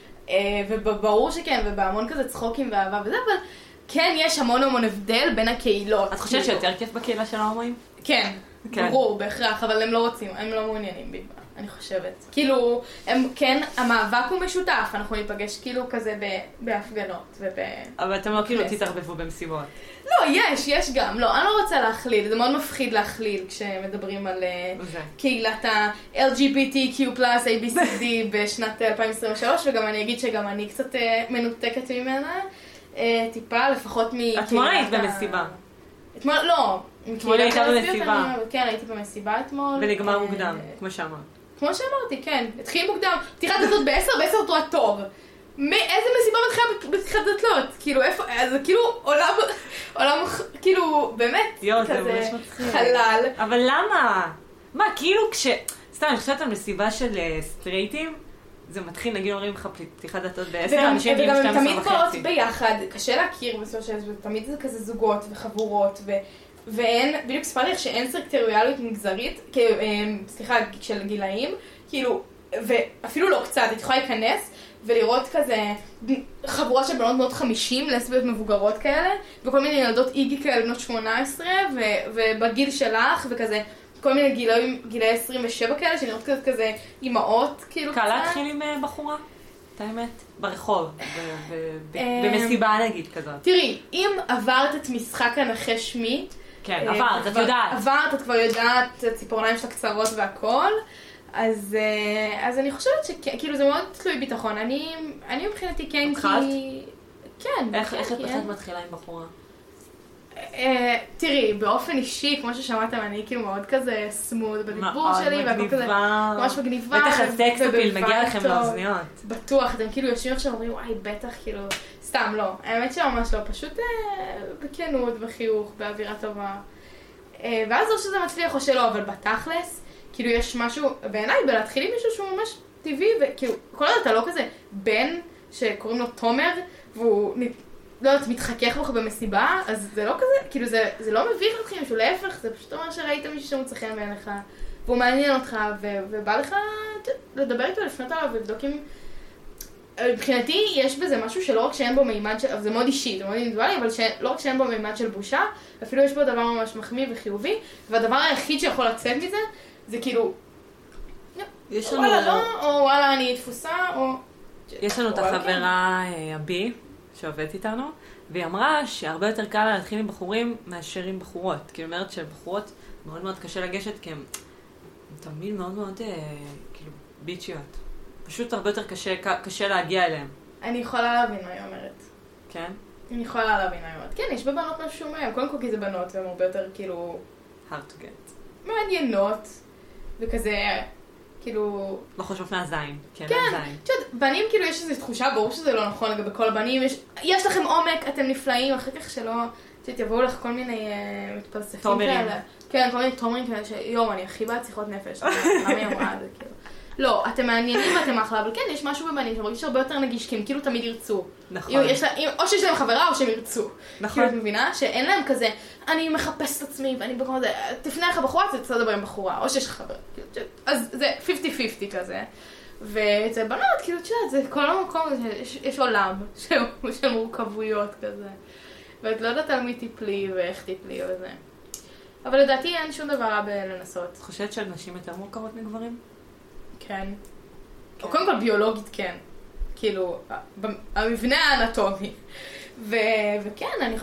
וברור שכן, ובהמון כזה צחוקים ואהבה וזה, אבל כן יש המון הבדל בין הקהילות. את חושבת שיותר כיף בקהילה של ההומואים? כן, ברור, בהכרח, אבל הם לא רוצים, הם לא מעוניינים בי. אני חושבת. כאילו, כן, המאבק הוא משותף, אנחנו ניפגש כאילו כזה בהפגנות אבל אתם לא כאילו תתערבבו במסיבות. לא, יש גם. לא, אני לא רוצה להכליל, זה מאוד מפחיד להכליל כשמדברים על קהילת ה-LGBTQ+, ABCD בשנת 2023, וגם אני אגיד שגם אני קצת מנותקת ממנה, טיפה, לפחות מקהילת... אתמול היית במסיבה. אתמול, לא. אתמול הייתה במסיבה. כן, הייתי במסיבה אתמול. ולגמר מוקדם, כמו שאמרת. כמו שאמרתי, כן. התחיל מוקדם. פתיחת דלתות ב-10 תורה טוב. איזה מסיבה מתחילה בפתיחת דלתות? כאילו, איפה? זה כאילו עולם, כאילו, באמת, כזה חלל. אבל למה? מה, כאילו סתם, אני חושבת על מסיבה של סטרייטים, זה מתחיל, נגיד אומרים לך פתיחת דלתות ב-10, אנשים וגם הם תמיד קורות ביחד. קשה להכיר בסוף תמיד זה כזה זוגות וחבורות, ואין, בדיוק ספר לך שאין סקטוריאליות מגזרית, סליחה, של גילאים, כאילו, ואפילו לא קצת, את יכולה להיכנס ולראות כזה חבורה של בנות בנות 50, לסביות מבוגרות כאלה, וכל מיני ילדות איגי כאלה בנות 18, ובגיל שלך, וכזה, כל מיני גילאי 27 כאלה, שנראות כזה אימהות, כאילו קצת. קל להתחיל עם בחורה? את האמת? ברחוב, במסיבה נגיד כזאת. תראי, אם עברת את משחק הנחש מי, כן, עברת, את יודעת. עברת, את כבר יודעת, הציפורניים שלה קצרות והכל, אז אני חושבת שכאילו זה מאוד תלוי ביטחון. אני מבחינתי כן, התחלת? כן. איך את בכלל מתחילה עם בחורה? תראי, באופן אישי, כמו ששמעתם, אני כאילו מאוד כזה סמוד בדיבור שלי, והכל כזה ממש מגניבה. בטח הסקס אפיל מגיע לכם לאוזניות. בטוח, אתם כאילו יושבים עכשיו ואומרים, וואי, בטח, כאילו, סתם לא. האמת שממש לא, פשוט בכנות, בחיוך, באווירה טובה. ואז או שזה מצליח או שלא, אבל בתכלס, כאילו יש משהו, בעיניי, בלהתחיל עם מישהו שהוא ממש טבעי, וכאילו, כל עוד אתה לא כזה בן שקוראים לו תומר, והוא לא יודעת, מתחכך בך במסיבה, אז זה לא כזה, כאילו זה לא מביך אתכם, שהוא להפך, זה פשוט אומר שראית מישהו שמוצא חן בעיניך, והוא מעניין אותך, ובא לך לדבר איתו, לפנות עליו, ולבדוק אם... מבחינתי יש בזה משהו שלא רק שאין בו מימד של... זה מאוד אישי, זה מאוד אינדיבידואלי, אבל לא רק שאין בו מימד של בושה, אפילו יש בו דבר ממש מחמיא וחיובי, והדבר היחיד שיכול לצאת מזה, זה כאילו... וואלה לא, או וואלה אני תפוסה, או... יש לנו את החברה הבי, שעובדת איתנו, והיא אמרה שהרבה יותר קל להתחיל עם בחורים מאשר עם בחורות. כי היא אומרת שבחורות מאוד מאוד קשה לגשת, כי הם תמיד מאוד מאוד כאילו ביצ'יות. פשוט הרבה יותר קשה להגיע אליהם. אני יכולה להבין מה היא אומרת. כן? אני יכולה להבין מה היא אומרת. כן, יש בבנות משהו מהם. קודם כל כי זה בנות, והן הרבה יותר כאילו... hard to get. מעניינות, וכזה... כאילו... לא חושב מהזין. כן, תשעות, בנים כאילו יש איזו תחושה, ברור שזה לא נכון לגבי כל הבנים, יש לכם עומק, אתם נפלאים, אחר כך שלא, יבואו לך כל מיני מתפלספים כאלה. כן, כל מיני תומרים כאלה, שיום, אני הכי בעד שיחות נפש, למה היא אמרה, זה כאילו. לא, אתם מעניינים ואתם אחלה, אבל כן, יש משהו בבנים שמרגיש הרבה יותר נגיש, כי הם כאילו תמיד ירצו. נכון. או שיש להם חברה או שהם ירצו. נכון. כאילו, את מבינה? שאין להם כזה, אני מחפש את עצמי ואני בכל זה, תפנה לך בחורה, אתה צריך לדבר עם בחורה, או שיש לך חברה. אז זה 50-50 כזה. וזה בנות, כאילו, תשעת, זה כל המקום, יש עולם של מורכבויות כזה. ואת לא יודעת על מי טיפלי ואיך טיפלי וזה. אבל לדעתי אין שום דבר רע בלנסות. את חושבת שנשים יותר מורכבות מגברים? כן. או קודם כל ביולוגית כן. כאילו, המבנה האנטומי. וכן,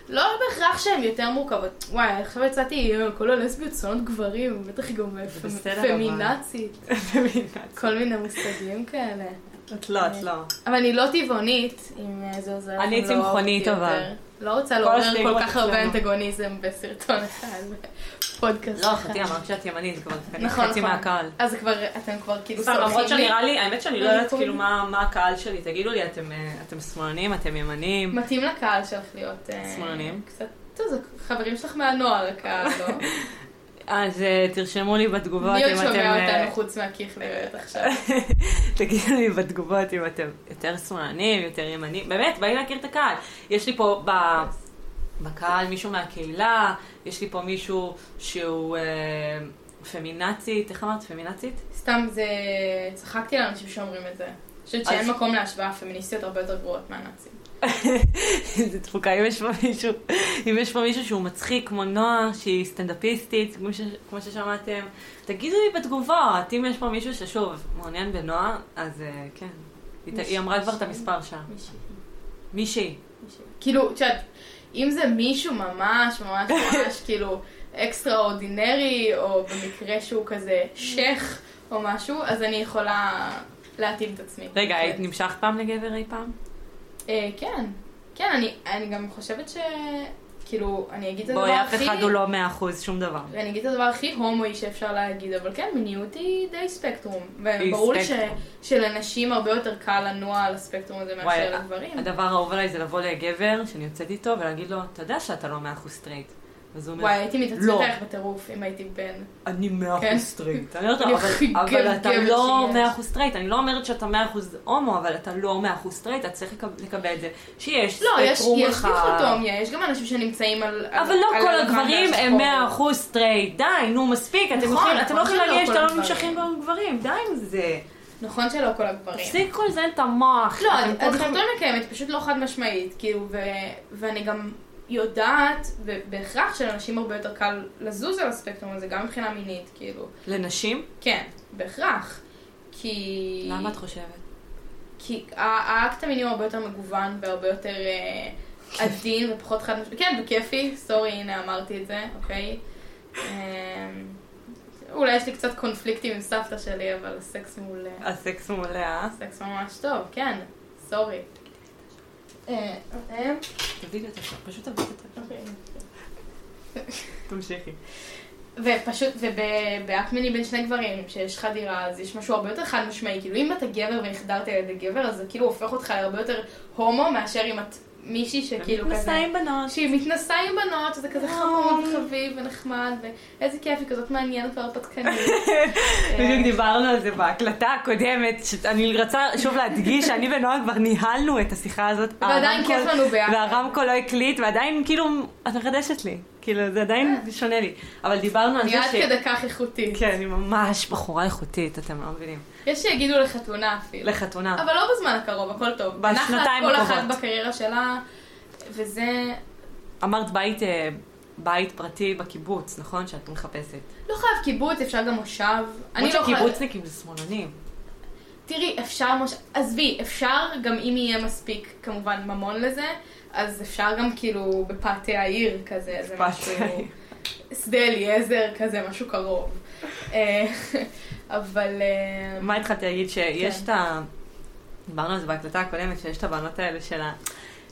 לא בהכרח שהן יותר מורכבות. וואי, עכשיו יצאתי, כל הלסביות שונאות גברים, בטח גם פמינצית. כל מיני מושגים כאלה. את לא. אבל אני לא טבעונית, אם זה עוזר. אני צמחונית אבל. לא רוצה לעורר כל כך הרבה אנטגוניזם בסרטון אחד, בפודקאסט אחד. לא, חצי אמרת שאת ימנית, כבר חצי מהקהל. אז אתם כבר כאילו סולחים לי. למרות שנראה לי, האמת שאני לא יודעת כאילו מה הקהל שלי. תגידו לי, אתם שמאלנים, אתם ימנים? מתאים לקהל שלך להיות... שמאלנים? קצת, טוב, זה חברים שלך מהנוער הקהל, לא? אז תרשמו לי בתגובות מי אם עוד אתם... שומע אותנו חוץ מהכיכלריות עכשיו? תגידו לי בתגובות אם אתם יותר שמאלנים, יותר ימנים. באמת, באי להכיר את הקהל. יש לי פה בקהל מישהו מהקהילה, יש לי פה מישהו שהוא פמינצית. איך אמרת? פמינצית? סתם, צחקתי על אנשים שאומרים את זה. אני חושבת שאין מקום להשוואה, פמיניסטיות הרבה יותר גרועות מהנאצים. זה תפוקה, אם יש פה מישהו שהוא מצחיק כמו נועה, שהיא סטנדאפיסטית, כמו ששמעתם, תגידו לי בתגובות, אם יש פה מישהו ששוב מעוניין בנועה, אז כן, היא אמרה כבר את המספר שם. מישהי. כאילו, אם זה מישהו ממש כאילו אקסטראורדינרי, או במקרה שהוא כזה שייך או משהו, אז אני יכולה להתאים את עצמי. רגע, היית נמשכת פעם לגבר אי פעם? כן. כן, אני גם חושבת כאילו, אני אגיד את הדבר בואי, הכי... אף אחד הוא לא 100% שום דבר. ואני אגיד את הדבר הכי הומואי שאפשר להגיד, אבל כן, מיניות היא די ספקטרום. וברור לי שלנשים הרבה יותר קל לנוע על הספקטרום הזה מאשר לגברים. הדבר האהוב עליי זה לבוא לגבר שאני יוצאת איתו ולהגיד לו, אתה יודע שאתה לא 100% סטרייט. וואי, הייתי מתעצמת איך בטירוף אם הייתי בן. אני 100% סטרייט. אבל אתה לא 100% סטרייט. אני לא אומרת שאתה 100% הומו, אבל אתה לא 100% סטרייט. אתה צריך לקבל את זה. שיש ספקטרום לך. לא, יש דיכוטומיה. יש גם אנשים שנמצאים על... אבל לא כל הגברים הם 100% סטרייט. די, נו, מספיק. אתם לא יכולים להגיד שאתם לא נמשכים בגברים. די עם זה. נכון שלא כל הגברים. תפסיקו לזיין את המוח. לא, הדיכוטומיה קיימת, פשוט לא חד משמעית. כאילו, ואני גם... יודעת, ובהכרח שלאנשים הרבה יותר קל לזוז על הספקטרום הזה, גם מבחינה מינית, כאילו. לנשים? כן, בהכרח. כי... למה את חושבת? כי האקט המיני הוא הרבה יותר מגוון, והרבה יותר עדין, ופחות חד משמעית. כן, בכיפי, סורי, הנה אמרתי את זה, אוקיי? אולי יש לי קצת קונפליקטים עם סבתא שלי, אבל הסקס מעולה. הסקס מעולה, הסקס ממש טוב, כן, סורי. תביאי את השם, פשוט תביאי את השם. תמשיכי. ופשוט, ובאקט מיני בין שני גברים, שיש לך דירה, אז יש משהו הרבה יותר חד משמעי. כאילו אם אתה גבר והחדרת ילד גבר, אז זה כאילו הופך אותך להרבה יותר הומו, מאשר אם את מישהי שכאילו כזה... מתנסה עם בנות. שהיא מתנסה עם בנות, שזה כזה חמוד, חביב ונחמד, ואיזה כיף, היא כזאת מעניינת והרפתקנית. בדיוק דיברנו על זה בהקלטה הקודמת, שאני רצה שוב להדגיש שאני ונועה כבר ניהלנו את השיחה הזאת. ועדיין כיף לנו ביחד. והרמקול לא הקליט, ועדיין כאילו, את מחדשת לי. כאילו, זה עדיין שונה לי. אבל דיברנו על זה אני עד כדי כך איכותית. כן, אני ממש בחורה איכותית, אתם לא מבינים. יש שיגידו לחתונה אפילו. לחתונה. אבל לא בזמן הקרוב, הכל טוב. בשנתיים הקרובות. כל אחת בקריירה שלה, וזה... אמרת בית פרטי בקיבוץ, נכון? שאת מחפשת. לא חייב קיבוץ, אפשר גם מושב. כמו שקיבוצניקים זה שמאלנים. תראי, אפשר מושב... עזבי, אפשר גם אם יהיה מספיק, כמובן, ממון לזה, אז אפשר גם כאילו בפאתי העיר כזה, זה משהו... שדה אליעזר כזה, משהו קרוב. אבל... מה התחלתי להגיד? שיש את ה... דיברנו על זה בהקלטה הקודמת, שיש את הבנות האלה של ה...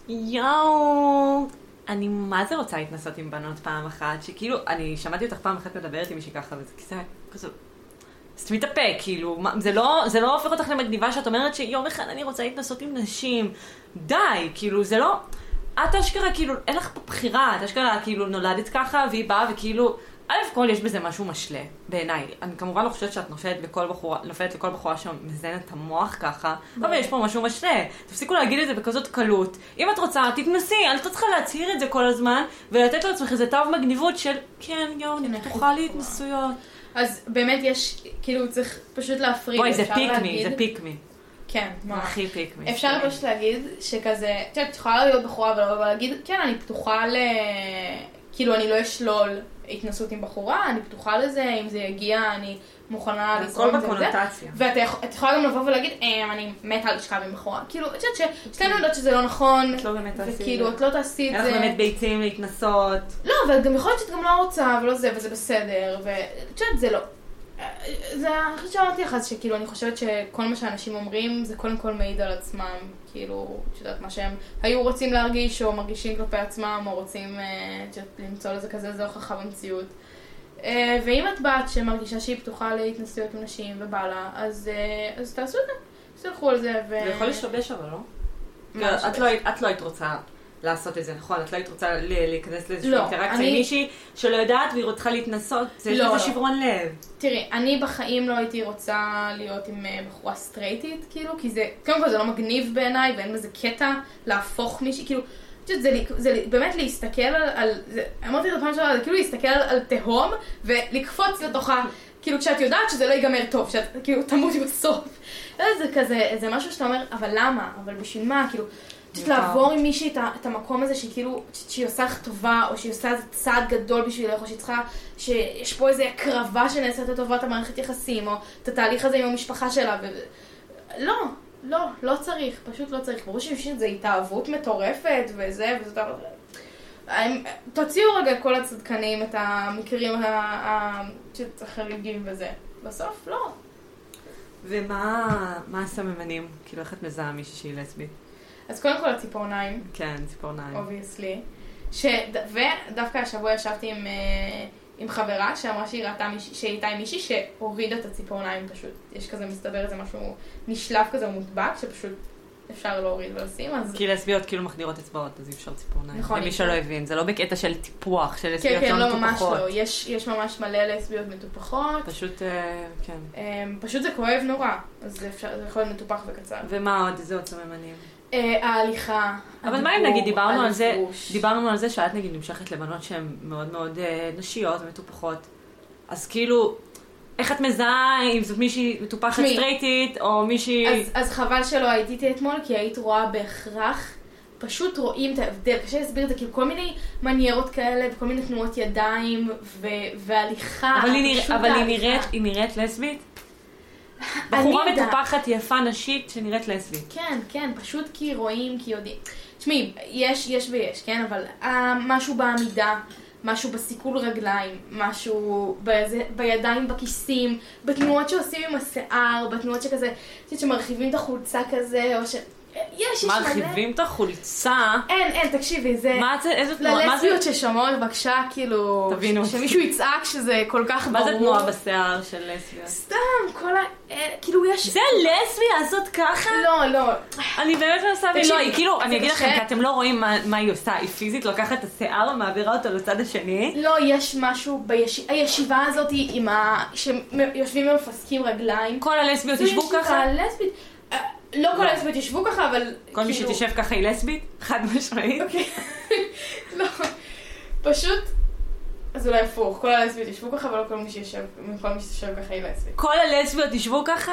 יואו, אני מה זה רוצה להתנסות עם בנות פעם אחת, שכאילו, אני שמעתי אותך פעם אחת מדברת עם מישהי ככה, וזה כזה... סתמי את הפה, כאילו, זה לא הופך אותך למגניבה שאת אומרת שיום אחד אני רוצה להתנסות עם נשים. די, כאילו, זה לא... את אשכרה, כאילו, אין לך פה בחירה, את אשכרה, כאילו, נולדת ככה, והיא באה וכאילו... א' כל יש בזה משהו משלה, בעיניי. אני כמובן לא חושבת שאת נופלת לכל בחורה שמזיינת את המוח ככה, אבל יש פה משהו משלה. תפסיקו להגיד את זה בכזאת קלות. אם את רוצה, תתנסי, אל תצטרך להצהיר את זה כל הזמן, ולתת לעצמך איזה תו מגניבות של, כן, יואו, אני פתוחה להתנסויות. אז באמת יש, כאילו, צריך פשוט להפריד. בואי, זה פיקמי, זה פיקמי. כן, מה? הכי פיקמי. אפשר פשוט להגיד שכזה, את יכולה להיות בחורה, אבל להגיד, כן, אני פתוחה כאילו, אני לא אשלול התנסות עם בחורה, אני פתוחה לזה, אם זה יגיע, אני מוכנה לזרום עם זה וזה. ואת יכולה גם לבוא ולהגיד, אני מתה לשכב עם בחורה. כאילו, את יודעת ששתינו יודעות שזה לא נכון, את לא באמת תעשי את זה. וכאילו, את לא תעשי את זה. אין לך באמת ביצים להתנסות. לא, אבל גם יכול להיות שאת גם לא רוצה, ולא זה, וזה בסדר, ואת יודעת, זה לא. זה, אני חושבת שאמרתי לך, שכאילו, אני חושבת שכל מה שאנשים אומרים, זה קודם כל מעיד על עצמם, כאילו, את יודעת, מה שהם היו רוצים להרגיש, או מרגישים כלפי עצמם, או רוצים למצוא לזה כזה, זה הוכחה במציאות. ואם את בת שמרגישה שהיא פתוחה להתנסויות עם נשים ובא לה, אז תעשו את זה, תסלחו על זה. זה יכול לשבש אבל, לא? את לא היית רוצה לעשות את זה, נכון? את לא היית רוצה להיכנס לאיזושהי אינטראקציה עם מישהי שלא יודעת והיא רוצה להתנסות, זה שברון לב. תראי, אני בחיים לא הייתי רוצה להיות עם בחורה סטרייטית, כאילו, כי זה, קודם כל זה לא מגניב בעיניי, ואין בזה קטע להפוך מישהי, כאילו, זה באמת להסתכל על, אמרתי את הפעם שלה, זה כאילו להסתכל על תהום ולקפוץ לתוכה, כאילו כשאת יודעת שזה לא ייגמר טוב, שאת כאילו תמותי בסוף. זה כזה, זה משהו שאתה אומר, אבל למה? אבל בשביל מה? כאילו, לעבור עם מישהי את המקום הזה שהיא כאילו, שהיא עושה לך טובה, או שהיא עושה איזה צעד גדול בשבילך, או שהיא צריכה, שיש פה איזה הקרבה שנעשית לטובת המערכת יחסים, או את התהליך הזה עם המשפחה שלה, לא צריך, פשוט לא צריך. ברור שזה התאהבות מטורפת וזה, תוציאו רגע כל הצדקנים, את המקרים החריגים וזה. בסוף, לא. ומה הסממנים? כאילו, איך את מזהה מישהי שהיא לסבית? אז קודם כל הציפורניים. כן, ציפורניים. obviously. ודווקא השבוע ישבתי עם חברה שאמרה שהיא ראתה שהיא הייתה עם מישהי שהורידה את הציפורניים פשוט. יש כזה, מסתבר איזה משהו נשלף כזה ומוטבק, שפשוט אפשר להוריד ולשים. כי לסביות כאילו מחדירות אצבעות, אז אי אפשר ציפורניים. נכון. למי שלא הבין, זה לא בקטע של טיפוח, של לסביות לא מטופחות. כן, לא, ממש לא. יש ממש מלא לסביות מטופחות. פשוט, כן. פשוט זה כואב נורא, אז זה יכול להיות מטופח וקצר. ומה עוד? איזה עוד סממנים? ההליכה, אבל מה אם נגיד, דיברנו על זה שאת נגיד נמשכת לבנות שהן מאוד מאוד נשיות ומטופחות, אז כאילו, איך את מזהה אם זאת מישהי מטופחת סטרייטית או מישהי... אז חבל שלא הייתי איתי אתמול, כי היית רואה בהכרח, פשוט רואים את ההבדל, קשה להסביר את זה, כאילו כל מיני מניירות כאלה וכל מיני תנועות ידיים והליכה. אבל היא נראית לסבית? בחורה מטופחת יפה נשית שנראית לסבית. כן, פשוט כי רואים, כי יודעים. תשמעי, יש ויש, כן? אבל משהו בעמידה, משהו בסיכול רגליים, משהו בידיים בכיסים, בתנועות שעושים עם השיער, בתנועות שכזה, שמרחיבים את החולצה כזה, או ש... יש מלא. מרחיבים את החולצה? אין, תקשיבי, זה... איזה תנועה? ללסביות ששומעות, בבקשה, כאילו... תבינו. שמישהו יצעק שזה כל כך ברור. מה זה תנועה בשיער של לסביות? סתם, כאילו יש... זה לסביה הזאת ככה? לא. אני באמת לא עושה ולא, היא כאילו, אני אגיד לכם, כי אתם לא רואים מה היא עושה, היא פיזית לוקחת את השיער ומעבירה אותו לצד השני. לא, יש משהו הישיבה הזאת עם שיושבים ומפסקים רגליים. כל הלסביות ישבו ככה? לא כל הלסביות ישבו ככה, אבל... כל מי שתשב ככה היא לסבית? חד משמעית? אוקיי. לא, פשוט... אז אולי הפוך, כל הלסביות ישבו ככה, אבל לא כל מי שתשב ככה היא לסבית. כל הלסביות ישבו ככה?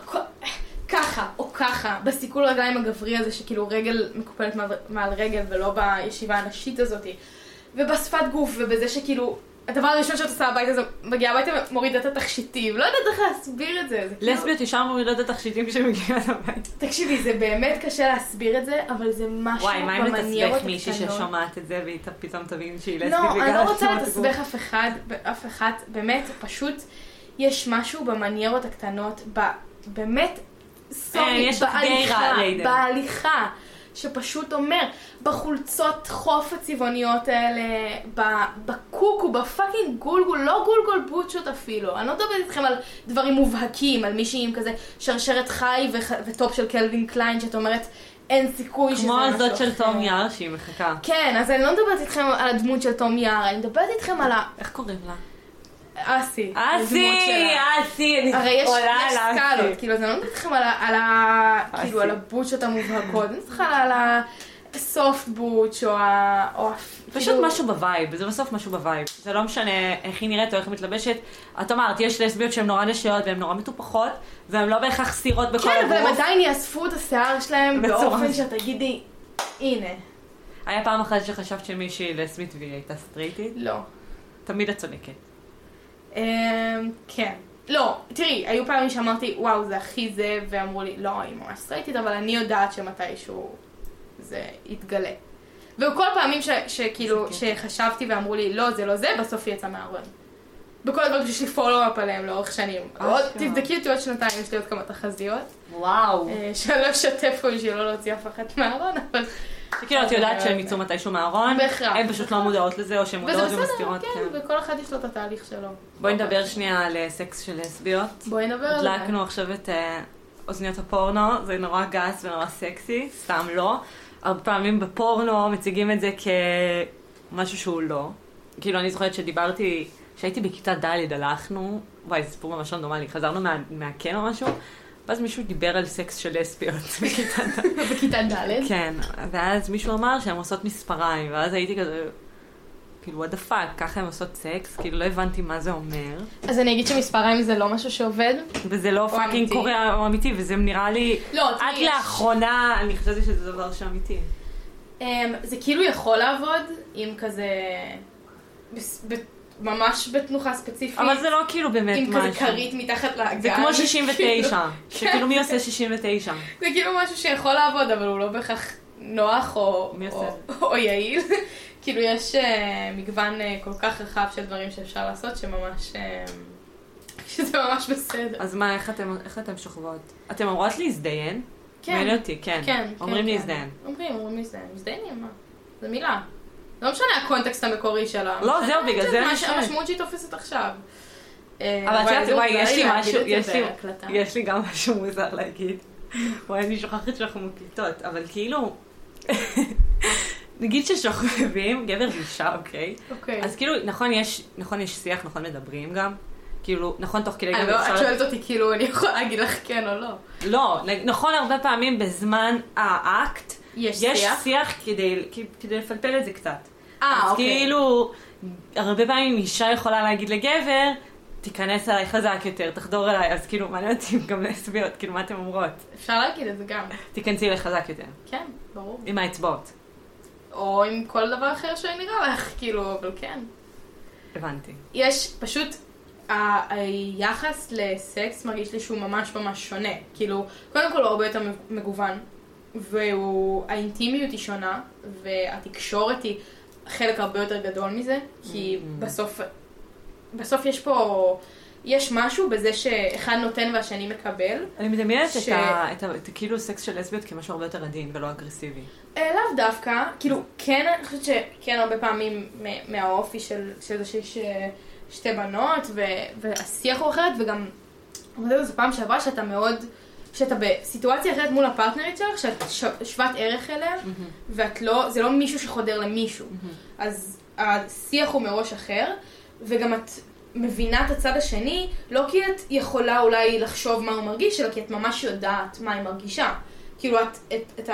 ככה, או ככה, בסיכול רגליים הגברי הזה, שכאילו רגל מקופלת מעל רגל, ולא בישיבה הנשית הזאת. ובשפת גוף, ובזה שכאילו... הדבר הראשון שאת עושה הביתה זה מגיעה הביתה ומורידה את התכשיטים. לא יודעת איך להסביר את זה. לסביות ישר מורידות את התכשיטים כשמגיעה הביתה. תקשיבי, זה באמת קשה להסביר את זה, אבל זה משהו במניירות הקטנות. וואי, מה אם לתסבך מישהי ששומעת את זה והיא פתאום תבין שהיא לסבית לא, אני לא רוצה לתסבך אף אחד. באמת, פשוט יש משהו במניירות הקטנות, באמת, בהליכה. שפשוט אומר, בחולצות חוף הצבעוניות האלה, בקוקו, בפאקינג גולגול, לא גולגול בוטשות אפילו. אני לא מדברת איתכם על דברים מובהקים, על מישהי עם כזה שרשרת חי וטופ של קלווין קליין, שאת אומרת, אין סיכוי שזה משהו אחר. כמו הזאת של תום יער שהיא מחכה. כן, אז אני לא מדברת איתכם על הדמות של תום יער, אני מדברת איתכם על איך קוראים לה? אסי. הרי יש סקלות, כאילו, אז אני לא מדברת איתכם על הבוטשות המובהקות, אני צריכה על הסופט בוטש, או פשוט משהו בווייב, זה בסוף משהו בווייב. זה לא משנה איך היא נראית או איך היא מתלבשת. את אומרת, יש לסביות שהן נורא נשיות והן נורא מטופחות, והן לא בהכרח סתירות בכל הגוף. כן, והם עדיין יאספו את השיער שלהם באופן שאתה תגידי, הנה. היה פעם אחת שחשבת שמישהי לסבית והיא הייתה סטרייטית? לא. תמיד את צודקת. כן. לא, תראי, היו פעמים שאמרתי, וואו, זה הכי זה, ואמרו לי, לא, היא ממש סטרייטית, אבל אני יודעת שמתישהו זה יתגלה. וכל פעמים שכאילו, שחשבתי ואמרו לי, לא, זה לא זה, בסוף היא יצא מהארון. בכל הדברים שיש לי פולו-אפ עליהם לאורך שנים. תבדקי אותי עוד שנתיים, יש לי עוד כמה תחזיות. וואו. שאני לא אשתף פה בשביל לא להוציא אף אחת מהארון, אבל... שכאילו את יודעת שהם יצאו מתישהו מהארון, בהכרח. הן פשוט לא מודעות לזה, או שהן מודעות ומסתירות. כן, וכל אחד יש לו את התהליך שלו. בואי נדבר שנייה על סקס של לסביות. בואי נדבר על זה. הדלקנו עכשיו את אוזניות הפורנו, זה נורא גס ונורא סקסי, סתם לא. הרבה פעמים בפורנו מציגים את זה כמשהו שהוא לא. כאילו אני זוכרת שדיברתי, שהייתי בכיתה ד' הלכנו, וואי, זה סיפור ממש רנדומלי, חזרנו מהקן או משהו, ואז מישהו דיבר על סקס של לסביות בכיתה ד'. בכיתה ד'? כן, ואז מישהו אמר שהן עושות מספריים, ואז הייתי כזה, כאילו, what the fuck, ככה הן עושות סקס, כאילו לא הבנתי מה זה אומר. אז אני אגיד שמספריים זה לא משהו שעובד? וזה לא פאקינג קורה או אמיתי, וזה נראה לי, עד לאחרונה, אני חושבת שזה דבר שאמיתי. זה כאילו יכול לעבוד, אם כזה, ממש בתנוחה ספציפית. אבל זה לא כאילו באמת משהו. עם כזה קרית מתחת לאגן. זה כמו 69, שכאילו מי עושה 69? זה כאילו משהו שיכול לעבוד, אבל הוא לא בהכרח נוח או יעיל. כאילו יש מגוון כל כך רחב של דברים שאפשר לעשות, שממש, שזה ממש בסדר. אז מה, איך אתם שוכבות? אתם אומרות להזדיין? כן. מעניין אותי, כן. אומרים להזדיין. אומרים להזדיין. מזדיינים, מה? זה מילה. לא משנה הקונטקסט המקורי שלה. לא, זהו, בגלל זה אני שואלת. המשמעות שהיא תופסת עכשיו. אבל את יודעת, וואי, יש לי משהו, יש לי גם משהו מוזר להגיד. וואי, אני שוכחת שאנחנו מקליטות, אבל כאילו, נגיד ששוכבים, גבר ואישה, אוקיי? אז כאילו, נכון יש שיח, נכון מדברים גם. כאילו, נכון תוך כדי גם אפשר... את שואלת אותי כאילו, אני יכולה להגיד לך כן או לא. לא, נכון הרבה פעמים בזמן האקט, יש שיח כדי לפלפל את זה קצת. אז כאילו, הרבה פעמים אישה יכולה להגיד לגבר, תיכנס אליי חזק יותר, תחדור אליי, אז כאילו, מעניין אותי גם להסביר, כאילו, מה אתם אומרות? אפשר להגיד את זה גם. תיכנסי אליי חזק יותר. כן, ברור. עם האצבעות. או עם כל דבר אחר שנראה לך, כאילו, אבל כן. הבנתי. יש פשוט, היחס לסקס מרגיש לי שהוא ממש ממש שונה. כאילו, קודם כל הוא הרבה יותר מגוון, והאינטימיות היא שונה, והתקשורת היא חלק הרבה יותר גדול מזה, כי בסוף יש משהו בזה שאחד נותן והשני מקבל. אני מדמיינת את כאילו סקס של לסביות כמשהו הרבה יותר עדין ולא אגרסיבי. לאו דווקא, כאילו, כן, אני חושבת שכן הרבה פעמים מהאופי של זה שיש שתי בנות, והשיח הוא אחרת, וגם, זו פעם שעברה שאתה בסיטואציה אחרת מול הפרטנרית שלך, שאת שוות ערך אליה, זה לא מישהו שחודר למישהו. אז השיח הוא מראש אחר, וגם את מבינה את הצד השני, לא כי את יכולה אולי לחשוב מה הוא מרגיש, אלא כי את ממש יודעת מה היא מרגישה. כאילו את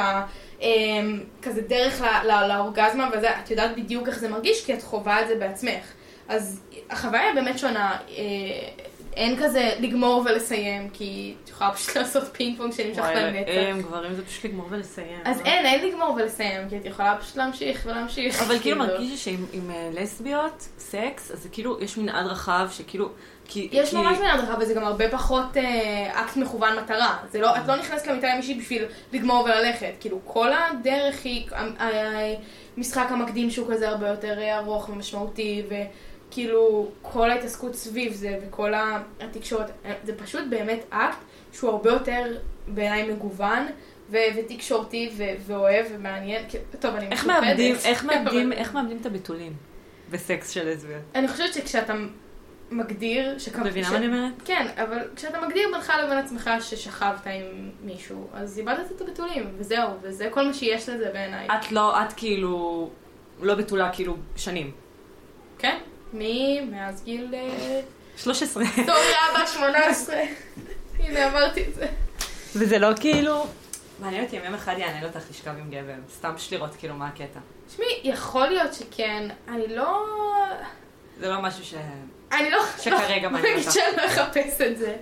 כזה דרך לאורגזמה וזה, את יודעת בדיוק איך זה מרגיש, כי את חווה את זה בעצמך. אז החוויה היא באמת שונה, אין כזה לגמור ולסיים, כי את יכולה פשוט לעשות פינג פונג שנמשך לנצח. גברים זה פשוט לגמור ולסיים. אז אין לגמור ולסיים, כי את יכולה פשוט להמשיך ולהמשיך. אבל כאילו מרגיש שעם לסביות, סקס, אז זה כאילו, יש מנעד רחב שכאילו... יש ממש מנעד רחב, וזה גם הרבה פחות אקט מכוון מטרה. את לא נכנסת למיטה עם מישהי בשביל לגמור וללכת. כאילו, כל הדרך היא... המשחק המקדים שהוא כזה הרבה יותר ארוך ומשמעותי, כאילו, כל ההתעסקות סביב זה וכל התקשורת, זה פשוט באמת אקט שהוא הרבה יותר בעיניי מגוון ותקשורתי ואוהב ומעניין. טוב, אני מתחפדת. איך מאבדים את הביטולים בסקס של לסביות? אני חושבת שכשאתה מגדיר... מבינה מה אני אומרת? כן, אבל כשאתה מגדיר בינך לבין עצמך ששכבת עם מישהו, אז איבדת את הביטולים, וזהו, וזה כל מה שיש לזה בעיניי. את כאילו לא ביטולה כאילו שנים. כן. מאז גיל... 13. סטוריה אבא 18. הנה, אמרתי את זה. וזה לא כאילו... מעניין אותי, ימים אחד יענה אותך לשכב עם גבר. סתם שלירות, כאילו, מה הקטע? תשמעי, יכול להיות שכן. אני לא... זה לא משהו אני לא... שכרגע מעניין אותך. שאני לא אחפש את זה.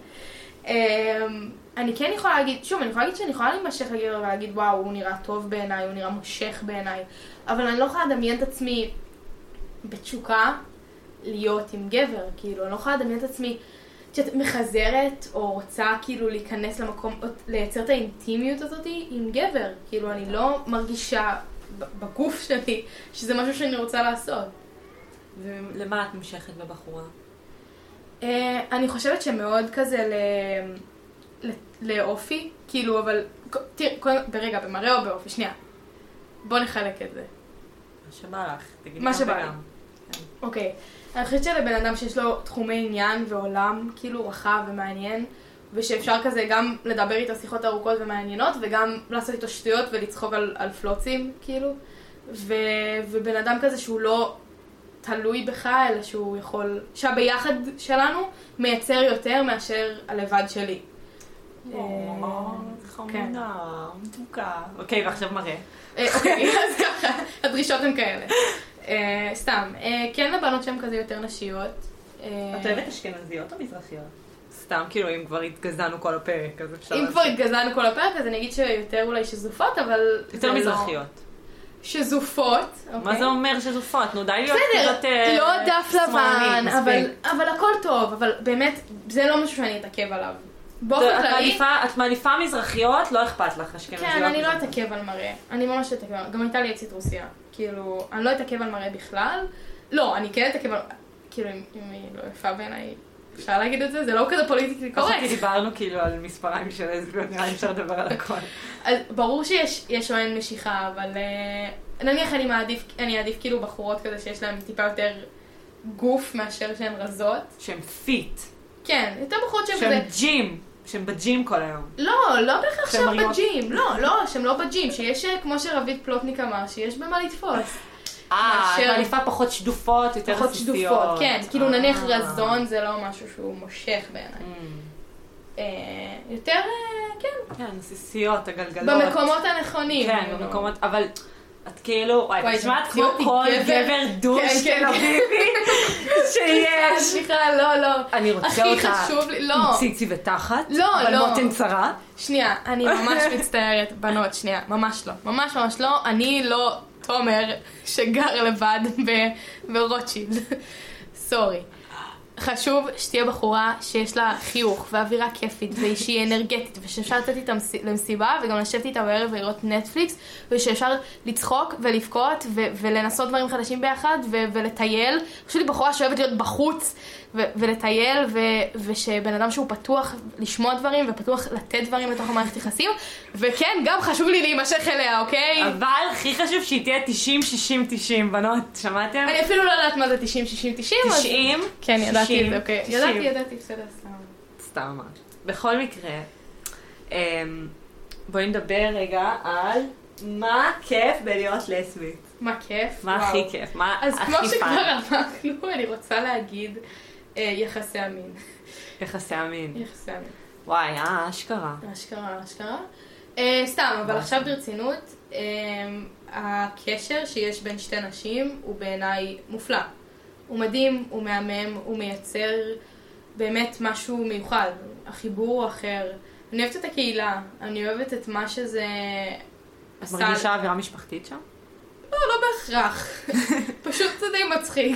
אני כן יכולה להגיד... שוב, אני יכולה להגיד שאני יכולה להימשך לגבר ולהגיד, וואו, הוא נראה טוב בעיניי, הוא נראה מושך בעיניי. אבל אני לא יכולה לדמיין את עצמי בתשוקה, להיות עם גבר, כאילו, אני לא יכולה לדמיין את עצמי שאת מחזרת או רוצה כאילו להיכנס למקום, או לייצר את האינטימיות הזאת עם גבר, כאילו, אני לא מרגישה בגוף שלי שזה משהו שאני רוצה לעשות. ולמה את נמשכת בבחורה? אני חושבת שמאוד כזה לאופי, כאילו, אבל, תראה, ברגע, במראה או באופי, שנייה. בוא נחלק את זה. מה שבא לך, תגידי מה שבא לי. גם. אוקיי. אני חושבת שלבן אדם שיש לו תחומי עניין ועולם, כאילו, רחב ומעניין, ושאפשר כזה גם לדבר איתו שיחות ארוכות ומעניינות, וגם לעשות איתו שטויות ולצחוק על פלוצים, כאילו. ובן אדם כזה שהוא לא תלוי בך, אלא שהוא יכול, שהביחד שלנו מייצר יותר מאשר הלבד שלי. חמודה, מתוקה. אוקיי, ועכשיו מראה. אוקיי, אז ככה, הדרישות הן כאלה. סתם, כן לבנות שהן כזה יותר נשיות. את אוהבת אשכנזיות או מזרחיות? סתם, כאילו, אם כבר התגזענו כל הפרק, אז אפשר... אם כבר התגזענו כל הפרק, אז אני אגיד שיותר אולי שזופות, אבל... יותר מזרחיות. שזופות, אוקיי. מה זה אומר שזופות? נו, די להיות בסדר, לא דף לבן, אבל הכל טוב, אבל באמת, זה לא משהו שאני אתעכב עליו. באופן כללי... את מעדיפה מזרחיות, לא אכפת לך אשכנזיות. כן, אני לא אתעכב על מראה. אני ממש אתעכב על... גם הייתה לי אקסיט רוסיה. כאילו, אני לא אתעכב על מראה בכלל. לא, אני כן אתעכב על... כאילו, אם היא לא יפה בעיניי, אפשר להגיד את זה? זה לא כזה פוליטיקלי קורקט. ככה כי דיברנו כאילו על מספריים של לסביות, נראה לי אפשר לדבר על הכל. אז ברור שיש או אין משיכה, אבל נניח אני אעדיף כאילו בחורות כזה שיש להן טיפה יותר גוף מאשר שהן רזות. שהן פיט. כן, יותר בחורות שהן שהן ג'ים. שהן בג'ים כל היום. לא בהכרח שהן בג'ים. לא, שהן לא בג'ים. שיש, כמו שרבית פלוטניק אמר, שיש במה לתפוס. את מעדיפה פחות שדופות, יותר פחות עסיסיות. שדופות, כן. כאילו נניח רזון זה לא משהו שהוא מושך בעיניי. יותר, כן. כן, עסיסיות, הגלגלות. במקומות הנכונים. כן, במקומות, אבל... את כאילו, וואי, תשמעת כמו אותי כל גבר דוש תל אביבי שיש. סליחה, לא. אני רוצה הכי אותה חשוב לי, לא. עם ציצי ותחת, לא. אבל מותן צרה. שנייה, אני ממש מצטערת, בנות, שנייה, ממש לא. ממש לא. אני לא תומר שגר לבד ברוטשילד. סורי. חשוב שתהיה בחורה שיש לה חיוך ואווירה כיפית ושהיא אנרגטית ושאפשר לצאת איתה למסיבה וגם לשבת איתה בערב ולראות נטפליקס ושאפשר לצחוק ולבכות ולנסות דברים חדשים ביחד ולטייל. חשוב לי בחורה שאוהבת להיות בחוץ ולטייל ושבן אדם שהוא פתוח לשמוע דברים ופתוח לתת דברים לתוך המערכת יחסים וכן, גם חשוב לי להימשך אליה, אוקיי? אבל הכי חשוב שהיא תהיה 90-60-90, בנות, שמעתם? אני אפילו לא יודעת מה זה 90-60-90 90? כן, ידעתי את זה, אוקיי. ידעתי, בסדר, סתם ממש. בכל מקרה, בואי נדבר רגע על מה כיף בלהיות לסבית. מה כיף? מה הכי כיף? מה הכי פן? אז כמו שכבר אמרנו, אני רוצה להגיד יחסי המין. יחסי המין. יחסי המין. וואי, אשכרה. אשכרה. סתם, אבל עכשיו ברצינות, הקשר שיש בין שתי נשים הוא בעיניי מופלא. הוא מדהים, הוא מהמם, הוא מייצר באמת משהו מיוחד. החיבור הוא אחר. אני אוהבת את הקהילה, אני אוהבת את מה שזה... את מרגישה אווירה משפחתית שם? לא בהכרח. פשוט זה די מצחיק.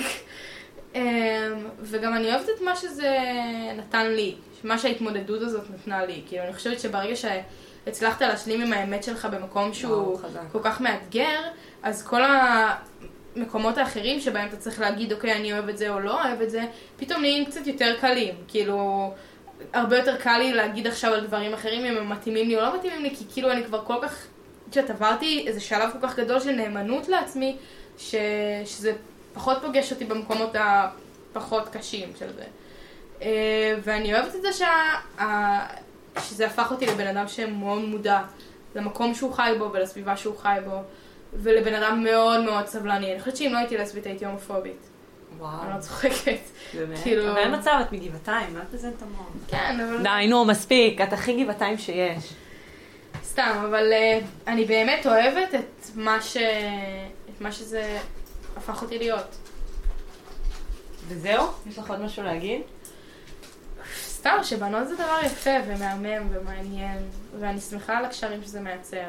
וגם אני אוהבת את מה שזה נתן לי, מה שההתמודדות הזאת נתנה לי. כאילו, אני חושבת שברגע שהצלחת להשלים עם האמת שלך במקום שהוא כל כך מאתגר, אז כל המקומות האחרים שבהם אתה צריך להגיד, אוקיי, אני אוהב את זה או לא אוהב את זה, פתאום נהיים קצת יותר קלים. כאילו, הרבה יותר קל לי להגיד עכשיו על דברים אחרים, אם הם מתאימים לי או לא מתאימים לי, כי כאילו אני כבר כל כך, עברתי איזה שלב כל כך גדול של נאמנות לעצמי, שזה פחות פוגש אותי במקומות הפחות קשים של זה. ואני אוהבת את זה שזה הפך אותי לבן אדם שמאוד מודע למקום שהוא חי בו ולסביבה שהוא חי בו, ולבן אדם מאוד מאוד סבלני. אני חושבת שאם לא הייתי לסבית הייתי הומופובית. וואו. אני לא צוחקת. באמת? כאילו... אבל אין מצב, את מגבעתיים, לא תזן את המון. כן, אבל... די, נו, מספיק, את הכי גבעתיים שיש. סתם, אבל אני באמת אוהבת את מה שזה הפך אותי להיות. וזהו? יש לך עוד משהו להגיד? סתם, שבנות זה דבר יפה ומהמם ומעניין, ואני שמחה על הקשרים שזה מייצר.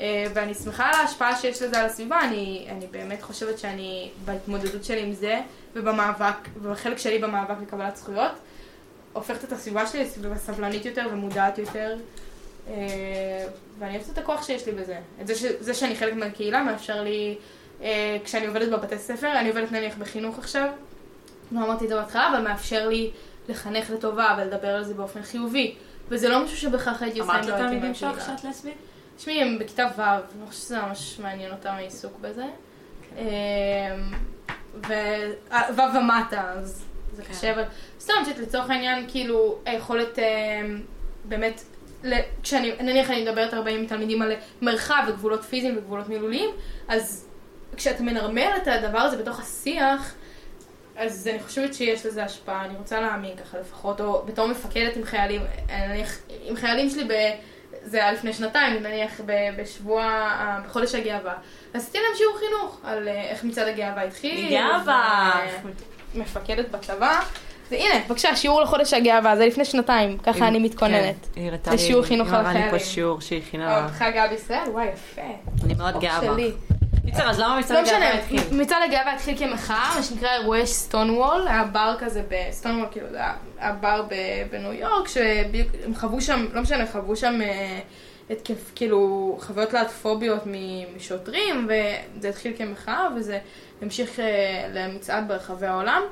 ואני שמחה על ההשפעה שיש לזה על הסביבה. אני באמת חושבת שאני בהתמודדות שלי עם זה, ובמאבק, ובחלק שלי במאבק לקבלת זכויות, הופכת את הסביבה שלי לסביבה סבלנית יותר ומודעת יותר, ואני אוהבת את הכוח שיש לי בזה. את זה שאני חלק מהקהילה מאפשר לי, כשאני עובדת בבתי ספר, אני עובדת נניח בחינוך עכשיו, לא אמרתי את זה בהתחלה, אבל מאפשר לי לחנך לטובה ולדבר על זה באופן חיובי, וזה לא משהו שבכך הייתי עושה אם לא הייתי מהקהילה. אמרת לתלמידים שאת לסבית? תשמעי, הם בכיתה ו', אני חושבת שזה ממש מעניין אותם העיסוק בזה. ו' ומטה, אז זה קשה, אבל סתם לצורך העניין, כאילו, היכולת באמת, נניח אני מדברת הרבה עם תלמידים על מרחב וגבולות פיזיים וגבולות מילוליים, אז כשאתה מנרמל את הדבר הזה בתוך השיח, אז אני חושבת שיש לזה השפעה, אני רוצה להאמין ככה לפחות, או בתור מפקדת עם חיילים, נניח, עם חיילים שלי זה היה לפני שנתיים, נניח בחודש הגאווה. עשיתי להם שיעור חינוך על איך מצעד הגאווה התחיל. גאווה! מפקדת בצבא. והנה, בבקשה, שיעור לחודש הגאווה, זה לפני שנתיים, ככה אני מתכוננת. כן, לשיעור חינוך על חיילים. חיילים. פה שיעור שהכינה. חג גאה בישראל? וואי, יפה. אני מאוד גאה בך. קיצר, אז למה מצעד לא הגאווה משנה, התחיל? מצעד הגאווה התחיל כמחאה, מה שנקרא אירועי סטונוול, היה בר כזה בסטונוול, כאילו זה היה בר בניו יורק, שהם חוו שם, לא משנה, חוו שם התקף, כאילו, חוויות להטפוביות משוטרים, וזה התחיל כמחאה, וזה המשיך למצעד ברחבי העולם.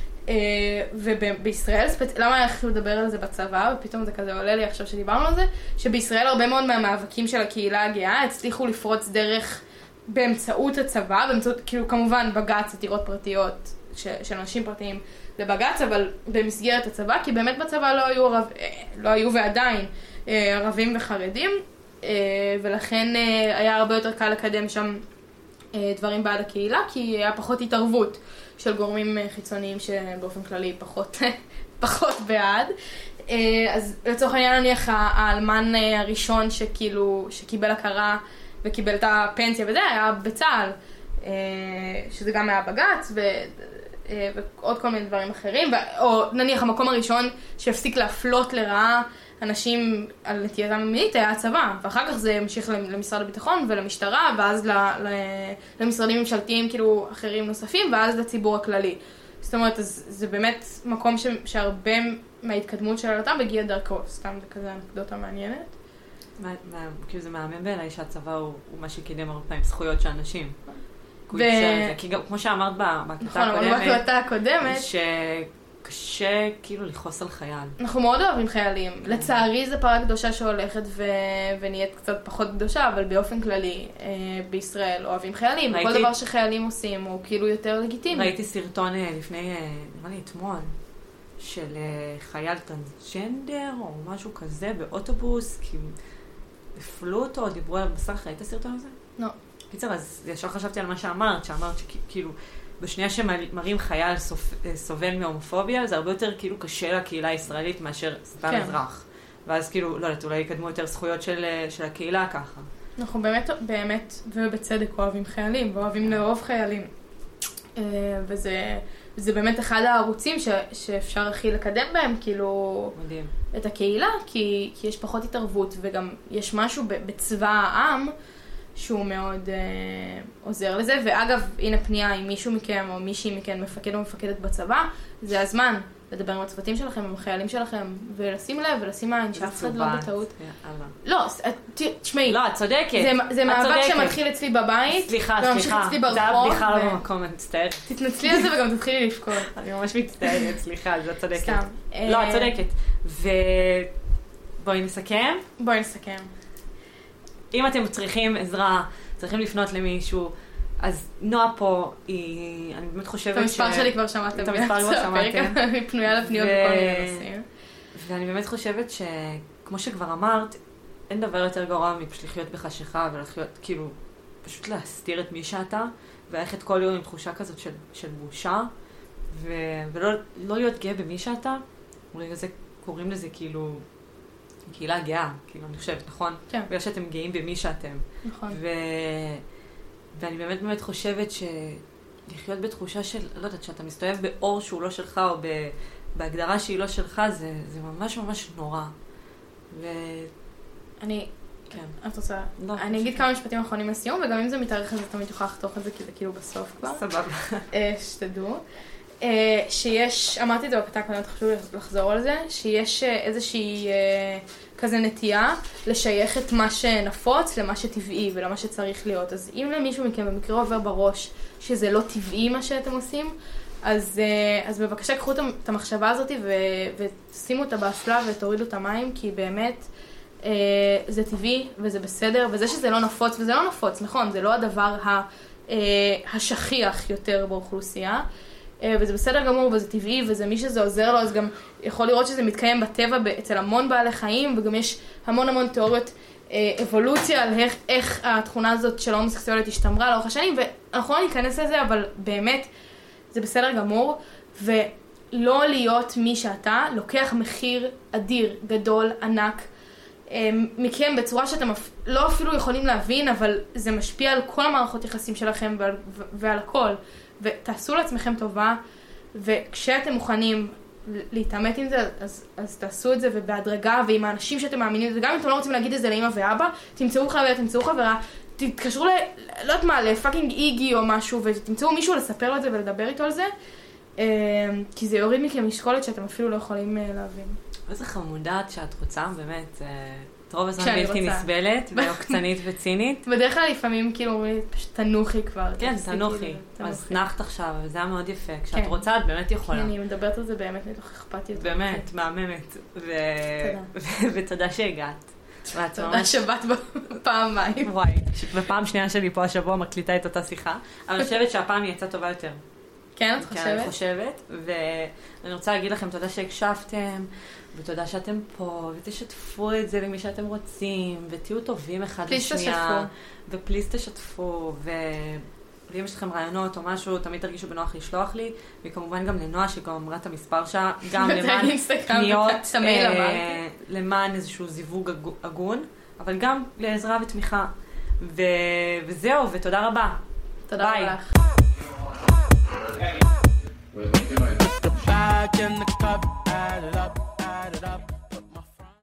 ובישראל, למה היה חשוב לדבר על זה בצבא, ופתאום זה כזה עולה לי עכשיו שדיברנו על זה, שבישראל הרבה מאוד מהמאבקים של הקהילה הגאה הצליחו לפרוץ דרך באמצעות הצבא, באמצעות, כאילו כמובן בג"ץ, עתירות פרטיות של אנשים פרטיים לבג"ץ, אבל במסגרת הצבא, כי באמת בצבא לא היו ועדיין ערבים וחרדים, ולכן היה הרבה יותר קל לקדם שם דברים בעד הקהילה, כי היה פחות התערבות של גורמים חיצוניים שבאופן כללי פחות בעד. אז לצורך העניין נניח האלמן הראשון שקיבל הכרה וקיבל את הפנסיה וזה היה בצה"ל, שזה גם היה בג"ץ ועוד כל מיני דברים אחרים, או נניח המקום הראשון שהפסיק להפלות לרעה אנשים על נטייתם המינית היה הצבא, ואחר כך זה המשיך למשרד הביטחון ולמשטרה, ואז למשרדים ממשלתיים כאילו אחרים נוספים, ואז לציבור הכללי. זאת אומרת, זה באמת מקום שהרבה מההתקדמות של העלתם הגיע דרכו, סתם זה כזה אנקדוטה מעניינת. כאילו זה מאמן בעיניי שהצבא הוא מה שקידם הרבה פעמים זכויות של אנשים. כי כמו שאמרת בהקלטה הקודמת, קשה כאילו לכעוס על חייל. אנחנו מאוד אוהבים חיילים. לצערי זה פרה קדושה שהולכת ונהיית קצת פחות קדושה, אבל באופן כללי בישראל אוהבים חיילים. כל דבר שחיילים עושים הוא כאילו יותר לגיטימי. ראיתי סרטון לפני, נראה לי אתמול, של חייל טרנסג'נדר או משהו כזה באוטובוס, כי הפלו אותו, דיברו על בסך, ראית הסרטון הזה? לא. קיצר, אז ישר חשבתי על מה שאמרת שכאילו בשנייה שמראים חייל סובל מהומופוביה, זה הרבה יותר כאילו קשה לקהילה הישראלית מאשר סתם אזרח. ואז כאילו, לא יודעת, אולי יקדמו יותר זכויות של הקהילה ככה. אנחנו באמת ובצדק אוהבים חיילים, ואוהבים לאהוב חיילים. וזה באמת אחד הערוצים שאפשר הכי לקדם בהם, כאילו, מדהים. את הקהילה, כי יש פחות התערבות, וגם יש משהו בצבא העם, שהוא מאוד עוזר לזה, ואגב, הנה פנייה, אם מישהו מכם או מישהי מכם מפקד או מפקדת בצבא, זה הזמן לדבר עם הצוותים שלכם, עם החיילים שלכם, ולשים לב ולשים עין, שאף אחד לא בטעות. לא, תשמעי. לא, את צודקת. זה מאבק שמתחיל אצלי בבית, סליחה. וממשיך אצלי ברחוב. זה היה בדיחה לא במקום, אני מצטערת. תתנצלי על זה וגם תתחילי לפקוד. אני ממש מצטערת, סליחה, זה צודקת. סתם. לא, את צודקת. ובואי נסכם. בואי נסכם. אם אתם צריכים עזרה, צריכים לפנות למישהו, אז נועה פה היא, אני באמת חושבת את המספר שלי כבר שמעתם. את המספר כבר שמעתם. היא פנויה לפניות בכל מיני נושאים. ואני באמת חושבת שכמו שכבר אמרת, אין דבר יותר גרוע מפשוט לחיות בחשיכה ולחיות, כאילו, פשוט להסתיר את מי שאתה, וללכת כל יום עם תחושה כזאת של בושה, ולא להיות גאה במי שאתה, קוראים לזה כאילו, קהילה גאה, כאילו, אני חושבת, נכון? כן. בגלל שאתם גאים במי שאתם. נכון. ואני באמת חושבת שלחיות בתחושה של, לא יודעת, שאתה מסתובב באור שהוא לא שלך, או בהגדרה שהיא לא שלך, זה ממש ממש נורא. אני... כן. את רוצה... לא, אני אגיד כמה משפטים אחרונים לסיום, וגם אם זה מתארך אז תמיד תוכל לחתוך את זה, כי זה כאילו בסוף כבר. סבבה. שתדעו. שיש, אמרתי את זה בקטע קודם, חשוב לחזור על זה, שיש איזושהי כזה נטייה לשייך את מה שנפוץ למה שטבעי ולמה שצריך להיות. אז אם למישהו מכם במקרה עובר בראש שזה לא טבעי מה שאתם עושים, אז בבקשה קחו את המחשבה הזאת ושימו אותה באסלה ותורידו את המים, כי באמת זה טבעי וזה בסדר, וזה שזה לא נפוץ, וזה לא נפוץ, נכון, זה לא הדבר השכיח יותר באוכלוסייה, וזה בסדר גמור וזה טבעי, וזה מי שזה עוזר לו, אז גם יכול לראות שזה מתקיים בטבע אצל המון בעלי חיים, וגם יש המון תיאוריות אבולוציה על איך התכונה הזאת של ההומוסקסואליות השתמרה לאורך השנים, ואנחנו לא ניכנס לזה, אבל באמת זה בסדר גמור, ולא להיות מי שאתה לוקח מחיר אדיר, גדול, ענק, מכם בצורה שאתם לא אפילו יכולים להבין, אבל זה משפיע על כל המערכות יחסים שלכם ועל הכל. ותעשו לעצמכם טובה, וכשאתם מוכנים להתאמת עם זה, אז תעשו את זה, ובהדרגה, ועם האנשים שאתם מאמינים, וגם אם אתם לא רוצים להגיד את זה לאמא ואבא, תמצאו חבר, תמצאו חברה, תתקשרו לא יודעת מה, לפאקינג איגי או משהו, ותמצאו מישהו לספר לו את זה ולדבר איתו על זה, כי זה יוריד מכם משקולת שאתם אפילו לא יכולים להבין. איזה חמודעת שאת רוצה, באמת, את רוב הזמן בלתי נסבלת, ועוקצנית וצינית. בדרך כלל לפעמים כאילו פשוט תנוחי כבר. כן, תנוחי. אז נחת עכשיו, וזה היה מאוד יפה. כשאת רוצה, את באמת יכולה. אני מדברת על זה באמת מתוך אכפתיות. באמת, מהממת. ותודה שהגעת. תודה שבאת פעמיים. וואי, בפעם שנייה שלי פה השבוע מקליטה את אותה שיחה, אבל אני חושבת שהפעם היא יצאה טובה יותר. כן, את חושבת? כן, אני חושבת, ואני רוצה להגיד לכם תודה שהקשבתם, ותודה שאתם פה, ותשתפו את זה למי שאתם רוצים, ותהיו טובים אחד לשנייה. ופליז תשתפו, ואם יש לכם רעיונות או משהו, תמיד תרגישו בנוח לשלוח לי, וכמובן גם לנועה שגם אמרה את המספר שלה, גם למען פניות, למען איזשהו זיווג הגון, אבל גם לעזרה ותמיכה. וזהו, ותודה רבה. תודה רבה לך.